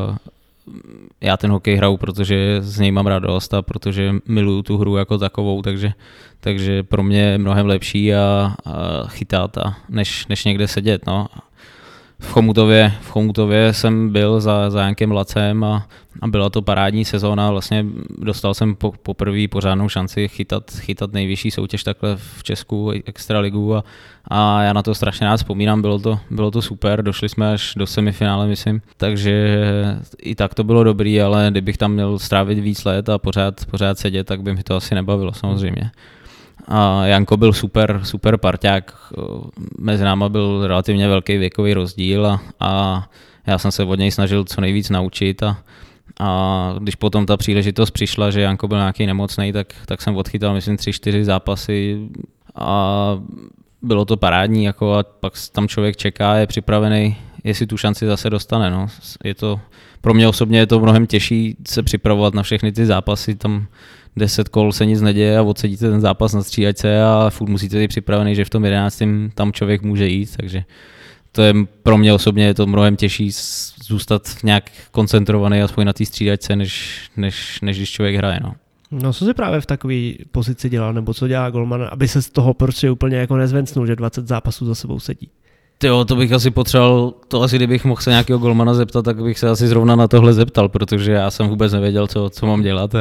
já ten hokej hraju, protože z něj mám radost a protože miluju tu hru jako takovou, takže pro mě je mnohem lepší a chytat než někde sedět. No. v Chomutově jsem byl za Jankem Lacem a byla to parádní sezóna, vlastně dostal jsem poprvé pořádnou šanci chytat nejvyšší soutěž takhle v Česku, extraligu a já na to strašně rád vzpomínám, bylo to super, došli jsme až do semifinále, myslím, takže i tak to bylo dobrý, ale kdybych tam měl strávit víc let a pořád sedět, tak by mi to asi nebavilo samozřejmě. A Janko byl super parťák, mezi náma byl relativně velký věkový rozdíl a já jsem se od něj snažil co nejvíc naučit a když potom ta příležitost přišla, že Janko byl nějaký nemocnej, tak jsem odchytal myslím 3-4 zápasy a bylo to parádní, jako a pak tam člověk čeká, je připravený, jestli tu šanci zase dostane. No. Pro mě osobně je to mnohem těžší se připravovat na všechny ty zápasy, tam 10 kol se nic neděje a odsedíte ten zápas na střídačce a furt musíte být připravený, že v tom 11. tam člověk může jít, takže to je pro mě osobně je to mnohem těžší zůstat nějak koncentrovaný aspoň na té střídačce, než když člověk hraje. No co si právě v takové pozici dělal, nebo co dělá golman, aby se z toho prostě úplně jako nezvencnul, že 20 zápasů za sebou sedí? Jo, to bych asi potřeboval, kdybych mohl se nějakého golmana zeptat, tak bych se asi zrovna na tohle zeptal, protože já jsem vůbec nevěděl, co mám dělat.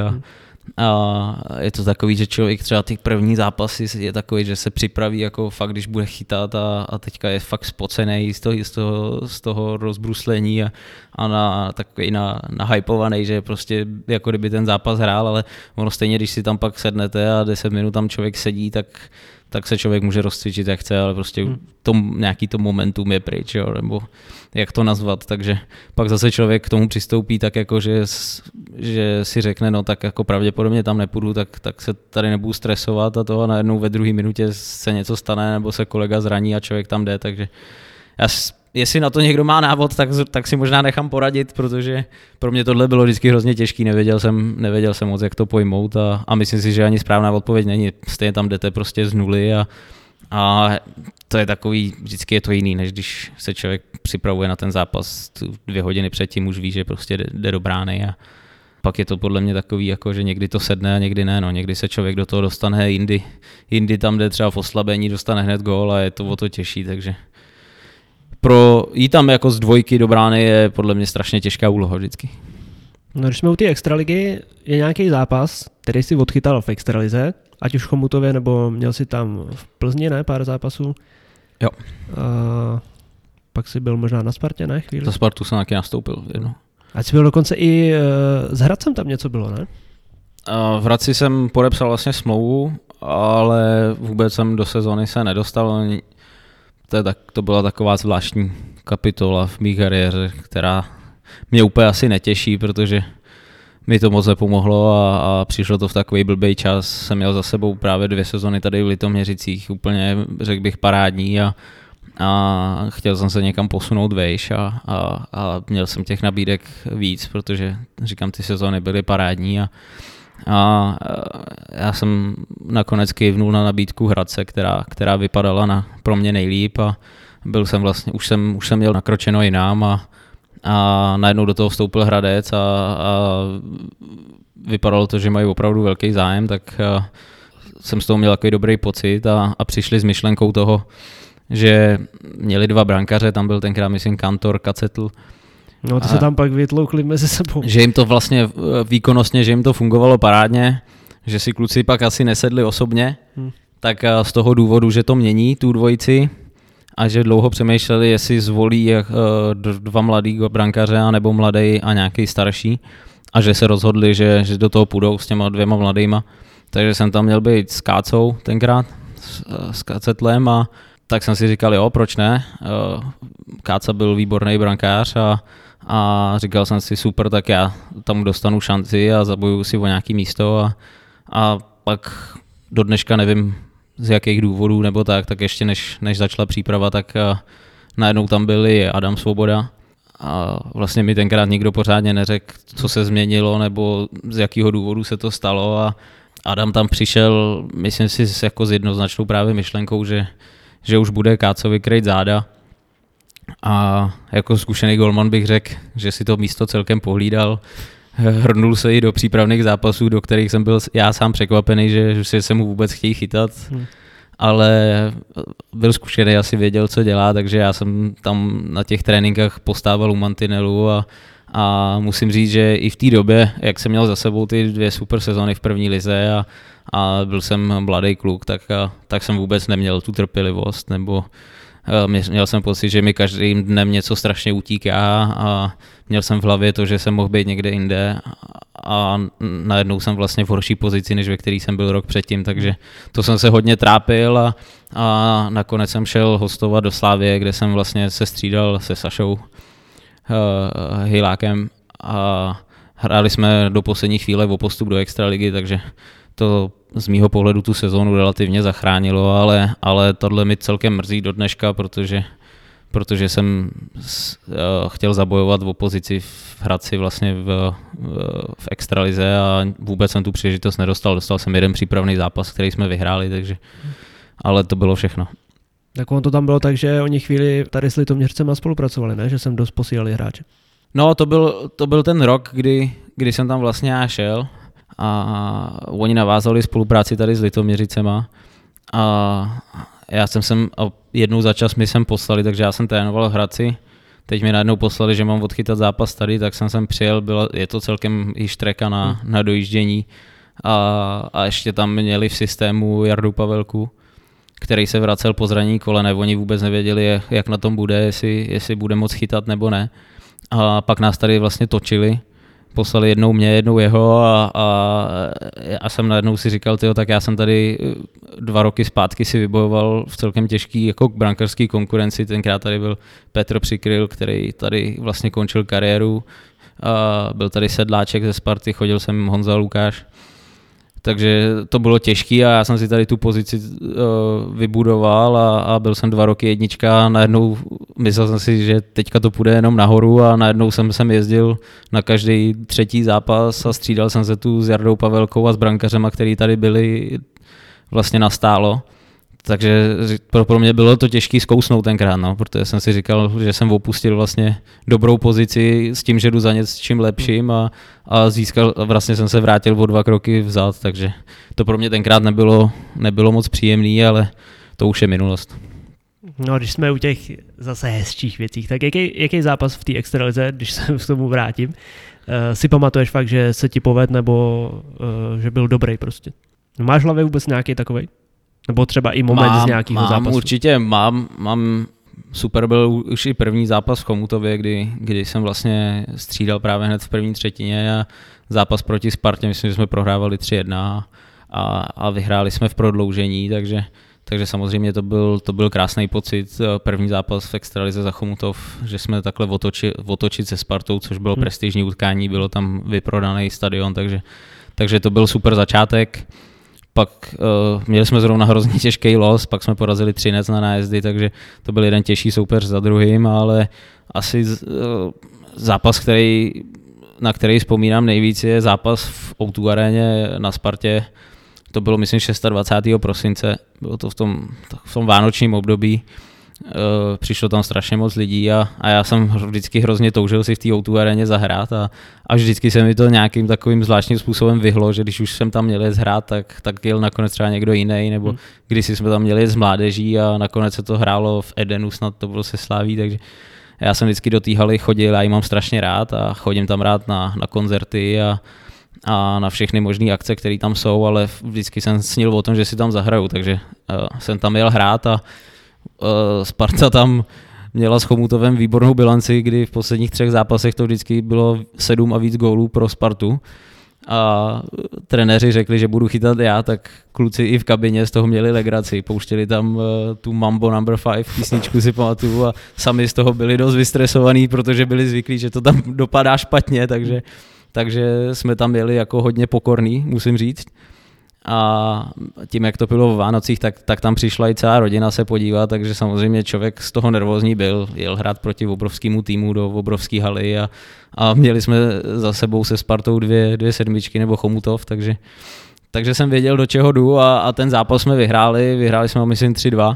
A je to takový, že člověk třeba ty první zápasy je takový, že se připraví jako fakt, když bude chytat a teďka je fakt spocený z toho rozbruslení a takový nahypovaný, že prostě jako kdyby ten zápas hrál, ale ono stejně, když si tam pak sednete a 10 minut tam člověk sedí, tak se člověk může rozcvičit jak chce, ale prostě nějaký to momentum je pryč, jo, nebo jak to nazvat, takže pak zase člověk k tomu přistoupí tak jako, že si řekne, no tak jako pravděpodobně tam nepůjdu, tak se tady nebudu stresovat a najednou ve druhé minutě se něco stane nebo se kolega zraní a člověk tam jde, takže jestli na to někdo má návod, tak si možná nechám poradit, protože pro mě tohle bylo vždycky hrozně těžký, nevěděl jsem moc, jak to pojmout a myslím si, že ani správná odpověď není, stejně tam jdete prostě z nuly a to je takový, vždycky je to jiný, než když se člověk připravuje na ten zápas 2 hodiny předtím, už ví, že prostě jde do brány a pak je to podle mě takový, jako, že někdy to sedne a někdy ne, no. Někdy se člověk do toho dostane, jindy tam jde třeba v oslabení, dostane hned gól a je to o to těžší, takže pro jít tam jako z 2 do brány je podle mě strašně těžká úloha vždycky. No, když jsme u té extraligy, je nějaký zápas, který si odchytal v extralize, ať už v Chomutově, nebo měl si tam v Plzni, ne, pár zápasů. Jo. A pak si byl možná na Spartě, ne, chvíli? Za Spartu jsem taky nastoupil jedno. Ať jsi byl dokonce i s Hradcem tam něco bylo, ne? V Hradci jsem podepsal vlastně smlouvu, ale vůbec jsem do sezony se nedostal. To byla taková zvláštní kapitola v mý kariéře, která mě úplně asi netěší, protože mi to moc nepomohlo a přišlo to v takový blbej čas. Jsem měl za sebou právě 2 sezony tady v Litoměřicích, úplně řekl bych parádní a chtěl jsem se někam posunout vejš a měl jsem těch nabídek víc, protože říkám, ty sezony byly parádní a já jsem nakonec kývnul na nabídku Hradce, která vypadala pro mě nejlíp a byl jsem vlastně, už jsem měl nakročeno jinam a najednou do toho vstoupil Hradec a vypadalo to, že mají opravdu velký zájem, tak jsem z toho měl takový dobrý pocit a přišli s myšlenkou toho, že měli 2 brankaře, tam byl tenkrát myslím Kantor, Kacetl. No to se tam pak vytloukli mezi sebou. Že jim to vlastně výkonnostně, že jim to fungovalo parádně, že si kluci pak asi nesedli osobně, tak z toho důvodu, že to mění tu dvojici a že dlouho přemýšleli, jestli zvolí 2 mladý brankaře nebo mladý a nějaký starší a že se rozhodli, že do toho půjdou s těma 2 mladýma. Takže jsem tam měl být s Kácou tenkrát, s Kacetlem a tak jsem si říkal, jo, proč ne? Káca byl výborný brankář a říkal jsem si, super, tak já tam dostanu šanci a zabojuju si o nějaký místo a pak do dneška nevím z jakých důvodů nebo tak ještě než začala příprava, tak najednou tam byl i Adam Svoboda a vlastně mi tenkrát nikdo pořádně neřekl, co se změnilo nebo z jakého důvodu se to stalo a Adam tam přišel, myslím si, jako s jednoznačnou právě myšlenkou, že už bude Kácovi kryjt záda a jako zkušený golman bych řekl, že si to místo celkem pohlídal, hrnul se i do přípravných zápasů, do kterých jsem byl já sám překvapený, že se mu vůbec chtějí chytat ale byl zkušený, asi věděl, co dělá, takže já jsem tam na těch tréninkách postával u mantinelu a musím říct, že i v té době, jak jsem měl za sebou ty 2 super sezony v první lize a byl jsem mladý kluk, tak jsem vůbec neměl tu trpělivost, nebo měl jsem pocit, že mi každým dnem něco strašně utíká a měl jsem v hlavě to, že jsem mohl být někde jinde a najednou jsem vlastně v horší pozici, než ve který jsem byl rok předtím, takže to jsem se hodně trápil a nakonec jsem šel hostovat do Slavie, kde jsem vlastně se střídal se Sašou Hylákem a hráli jsme do poslední chvíle o postup do extraligy, takže to z mýho pohledu tu sezónu relativně zachránilo, ale tohle mi celkem mrzí do dneška, protože jsem chtěl zabojovat v pozici v Hradci vlastně v extralize a vůbec jsem tu příležitost nedostal. Dostal jsem jeden přípravný zápas, který jsme vyhráli, takže, ale to bylo všechno. Tak ono to tam bylo tak, že oni chvíli tady s Litoměřcema spolupracovali, ne? Že jsem dost posílali hráče. No, to byl ten rok, kdy jsem tam vlastně já šel a oni navázali spolupráci tady s Litoměřicema a já jsem sem jednou za čas mi sem poslali, takže já jsem trénoval v Hradci. Teď mi najednou poslali, že mám odchytat zápas tady, tak jsem sem přijel, je to celkem i štreka na dojíždění a ještě tam měli v systému Jardu Pavelku, který se vracel po zranění kolene, oni vůbec nevěděli, jak na tom bude, jestli bude moc chytat nebo ne. A pak nás tady vlastně točili, poslali jednou mě, jednou jeho a já jsem najednou si říkal, tak já jsem tady 2 roky zpátky si vybojoval v celkem těžký jako brankářský konkurenci, tenkrát tady byl Petr Přikryl, který tady vlastně končil kariéru, a byl tady Sedláček ze Sparty, chodil jsem Honza Lukáš, takže to bylo těžký a já jsem si tady tu pozici vybudoval a byl jsem 2 roky jednička a najednou myslel jsem si, že teďka to půjde jenom nahoru a najednou jsem jezdil na každý 3. zápas a střídal jsem se tu s Jardou Pavelkou a s brankařema, který tady byli vlastně nastálo. Takže pro mě bylo to těžký zkousnout tenkrát, no, protože jsem si říkal, že jsem opustil vlastně dobrou pozici s tím, že jdu za něčím lepším a vlastně jsem se vrátil o 2 kroky vzad, takže to pro mě tenkrát nebylo moc příjemný, ale to už je minulost. No, když jsme u těch zase hezčích věcí, tak jaký zápas v té extralize, když se k tomu vrátím, si pamatuješ fakt, že se ti povedl nebo že byl dobrý prostě? Máš v hlavě vůbec nějaký takovej? Nebo třeba i moment z nějakého zápasu? Určitě mám super byl už i první zápas v Chomutově, kdy jsem vlastně střídal právě hned v první třetině a zápas proti Spartě, myslím, že jsme prohrávali 3-1 a vyhráli jsme v prodloužení, takže samozřejmě to byl krásný pocit, první zápas v extralize za Chomutov, že jsme takhle otočit se Spartou, což bylo prestižní utkání, bylo tam vyprodaný stadion, takže to byl super začátek. Pak měli jsme zrovna hrozně těžký los, pak jsme porazili Třinec na nájezdy, takže to byl jeden těžší soupeř za druhým, ale asi zápas, na který vzpomínám nejvíc, je zápas v O2 aréně na Spartě. To bylo, myslím, 26. prosince, bylo to v tom vánočním období. Přišlo tam strašně moc lidí a já jsem vždycky hrozně toužil si v té O2 aréně zahrát a vždycky se mi to nějakým takovým zvláštním způsobem vyhlo, že když už jsem tam měl jet hrát, tak jel nakonec třeba někdo jiný, nebo když jsme tam měli jet s mládeží a nakonec se to hrálo v Edenu, snad to bylo se Slaví, takže já jsem vždycky do té haly chodil, já ji mám strašně rád a chodím tam rád na koncerty a na všechny možné akce, které tam jsou, ale vždycky jsem snil o tom, že si tam zahraju, takže jsem tam jel hrát a Sparta tam měla s Chomutovem výbornou bilanci, kdy v posledních 3 zápasech to vždycky bylo 7 a víc gólů pro Spartu a trenéři řekli, že budu chytat já, tak kluci i v kabině z toho měli legraci, pouštěli tam tu Mambo No. 5 písničku, si pamatuju, a sami z toho byli dost vystresovaní, protože byli zvyklí, že to tam dopadá špatně, takže jsme tam jeli jako hodně pokorný, musím říct. A tím, jak to bylo v Vánocích, tak tam přišla i celá rodina se podívat, takže samozřejmě člověk z toho nervózní byl, jel hrát proti obrovskému týmu do obrovské haly a měli jsme za sebou se Spartou 2 sedmičky nebo Chomutov, takže jsem věděl, do čeho jdu a ten zápas jsme vyhráli jsme myslím 3-2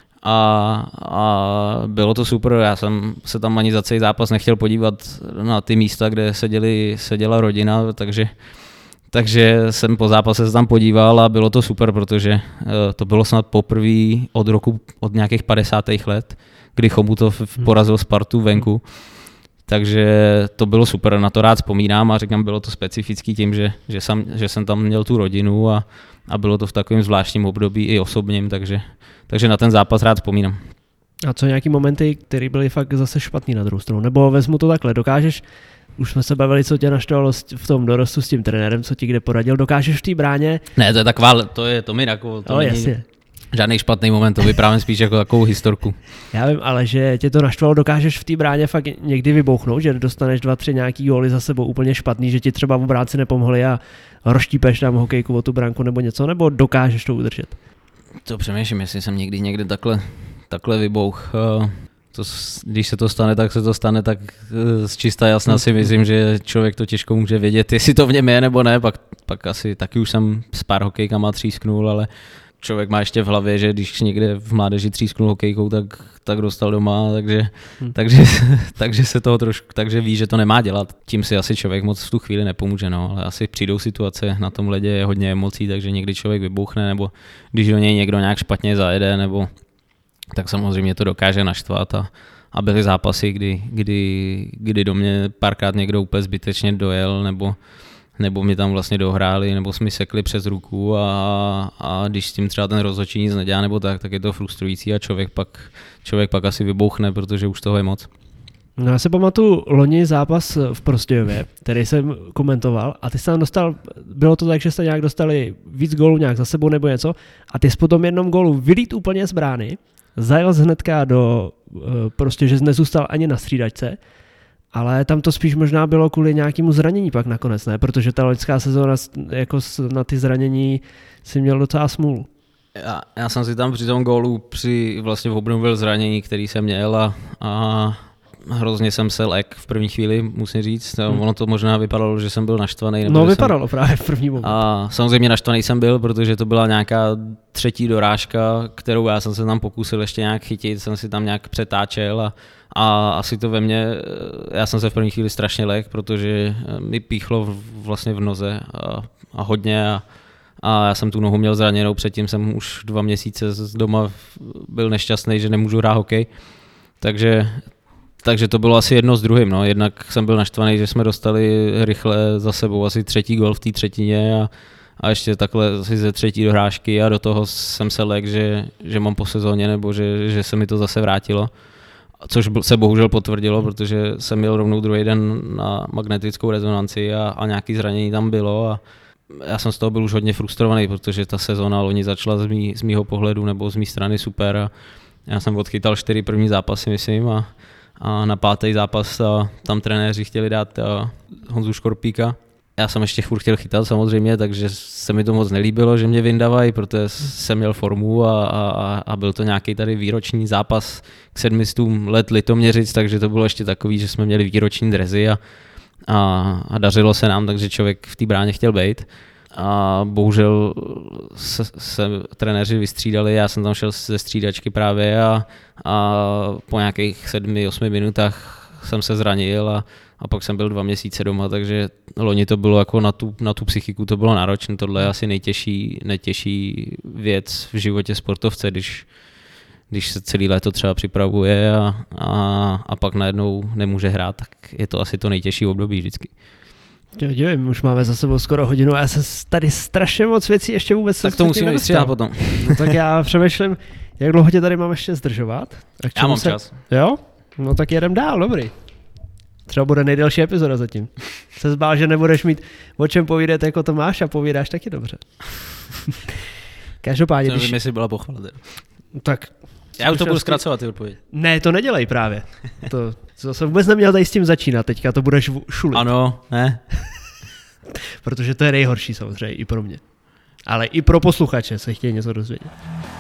a bylo to super, já jsem se tam ani za celý zápas nechtěl podívat na ty místa, kde seděla rodina, takže Takže jsem po zápase se tam podíval a bylo to super, protože to bylo snad poprvé od nějakých 50. let, kdy Chomutov porazil Spartu venku. Takže to bylo super, na to rád vzpomínám a říkám, bylo to specifický tím, že jsem tam měl tu rodinu a bylo to v takovém zvláštním období i osobním, takže na ten zápas rád vzpomínám. A co nějaký momenty, které byly fakt zase špatný na druhou stranu? Nebo vezmu to takhle, dokážeš, už jsme se bavili, co tě naštvalo v tom dorostu s tím trenérem, co ti kde poradil, dokážeš v té bráně? Ne, to je taková, to mi jako, to není jasně. Žádný špatný moment, to vyprávím spíš jako takovou historku. Já vím, ale že tě to naštvalo, dokážeš v té bráně fakt někdy vybouchnout, že dostaneš 2-3 nějaký góly za sebou úplně špatný, že ti třeba obránci nepomohli a rozštípeš tam hokejku o tu branku nebo něco, nebo dokážeš to udržet? To přemýšlím, jestli jsem někdy takhle vybouch. Když se to stane, tak se to stane, tak z čista jasna si myslím, že člověk to těžko může vědět, jestli to v něm je nebo ne, pak asi taky už jsem s pár hokejkama třísknul, ale člověk má ještě v hlavě, že když někde v mládeži třísknul hokejkou, tak dostal doma, takže se toho trošku, takže ví, že to nemá dělat. Tím si asi člověk moc v tu chvíli nepomůže, no, ale asi přijdou situace, na tom ledě je hodně emocí, takže někdy člověk vybouchne, nebo když do něj někdo nějak špatně zajede, nebo tak samozřejmě to dokáže naštvat a byly zápasy, kdy do mě párkrát někdo úplně zbytečně dojel, nebo mi tam vlastně dohráli, nebo jsme sekli přes ruku a když s tím třeba ten rozhodčí nic nedělá nebo tak je to frustrující a člověk pak asi vybouchne, protože už toho je moc. No já se pamatuju loni zápas v Prostějově, který jsem komentoval a ty jsi tam dostal, bylo to tak, že jste nějak dostali víc gólů nějak za sebou nebo něco a ty jsi po tom jednom gólu vylít úplně z brány, zajel hnedka do, prostě, že nezůstal ani na střídačce, ale tam to spíš možná bylo kvůli nějakému zranění pak nakonec, ne? Protože ta loňská sezóna jako na ty zranění si měl docela smůlu. Já jsem si tam při tom gólu vlastně obnovil zranění, který jsem měl a hrozně jsem se lek v první chvíli, musím říct. Ono to možná vypadalo, že jsem byl naštvaný. No vypadalo právě v první moment. A samozřejmě naštvaný jsem byl, protože to byla nějaká třetí dorážka, kterou já jsem se tam pokusil ještě nějak chytit, jsem si tam nějak přetáčel a asi to ve mně, já jsem se v první chvíli strašně lek, protože mi píchlo vlastně v noze a hodně a já jsem tu nohu měl zraněnou, předtím jsem už 2 měsíce z doma byl nešťastný, že nemůžu hrát hokej, takže to bylo asi jedno s druhým, no. Jednak jsem byl naštvaný, že jsme dostali rychle za sebou asi 3. gól v té třetině a ještě takhle asi ze 3. dohrážky a do toho jsem se lek, že mám po sezóně nebo že se mi to zase vrátilo. Což se bohužel potvrdilo, protože jsem měl rovnou druhý den na magnetickou rezonanci a nějaké zranění tam bylo a já jsem z toho byl už hodně frustrovaný, protože ta sezóna loni začala z mýho pohledu nebo z mý strany super a já jsem odchytal 4 první zápasy, myslím, a na 5. zápas tam trenéři chtěli dát Honzu Škorpíka. Já jsem ještě furt chtěl chytat samozřejmě, takže se mi to moc nelíbilo, že mě vyndavají, protože jsem měl formu a byl to nějaký tady výroční zápas k 700 let Litoměřic, takže to bylo ještě takový, že jsme měli výroční dresy a dařilo se nám, takže člověk v té bráně chtěl být. A bohužel se trenéři vystřídali, já jsem tam šel ze střídačky právě a po nějakých 7-8 minutách jsem se zranil a pak jsem byl 2 měsíce doma, takže loni to bylo jako na tu psychiku, to bylo náročné, tohle je asi nejtěžší věc v životě sportovce, když se celý léto třeba připravuje a pak najednou nemůže hrát, tak je to asi to nejtěžší období vždycky. Dívej, už máme za sebou skoro hodinu a já se tady strašně moc věcí ještě vůbec tak to musíme vystřídat potom. No, tak já přemýšlím, jak dlouho tě tady mám ještě zdržovat. Já mám čas. Jo? No tak jedem dál, dobrý. Třeba bude nejdelší epizoda zatím. Se zbál, že nebudeš mít o čem povídat jako to máš a povídáš taky dobře. Každopádně, nevím, jestli byla pochvala. Tak. Já už to budu zkracovat ty odpovědi. Ne, to nedělej právě. To jsem vůbec neměl tady s tím začínat, teďka to budeš šulit. Ano, ne. Protože to je nejhorší samozřejmě i pro mě. Ale i pro posluchače se chtějí něco dozvědět.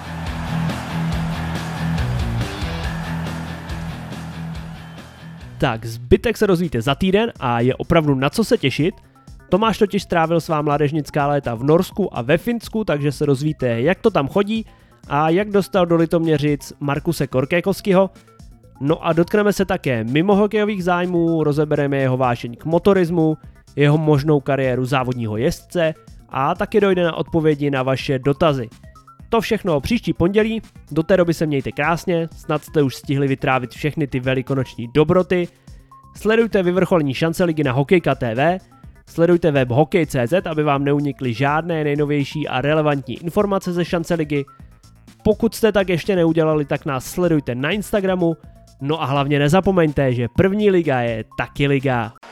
Tak, zbytek se dozvíte za týden a je opravdu na co se těšit. Tomáš totiž strávil svá mládežnická léta v Norsku a ve Finsku, takže se dozvíte, jak to tam chodí a jak dostal do Litoměřic Markuse Korkékovského. No a dotkneme se také mimo hokejových zájmů, rozebereme jeho vášeň k motorismu, jeho možnou kariéru závodního jezdce a taky dojde na odpovědi na vaše dotazy. To všechno příští pondělí, do té doby se mějte krásně, snad jste už stihli vytrávit všechny ty velikonoční dobroty. Sledujte vyvrcholení šance ligy na Hokejka TV, sledujte web hokej.cz, aby vám neunikly žádné nejnovější a relevantní informace ze šance ligy. Pokud jste tak ještě neudělali, tak nás sledujte na Instagramu, no a hlavně nezapomeňte, že první liga je taky liga.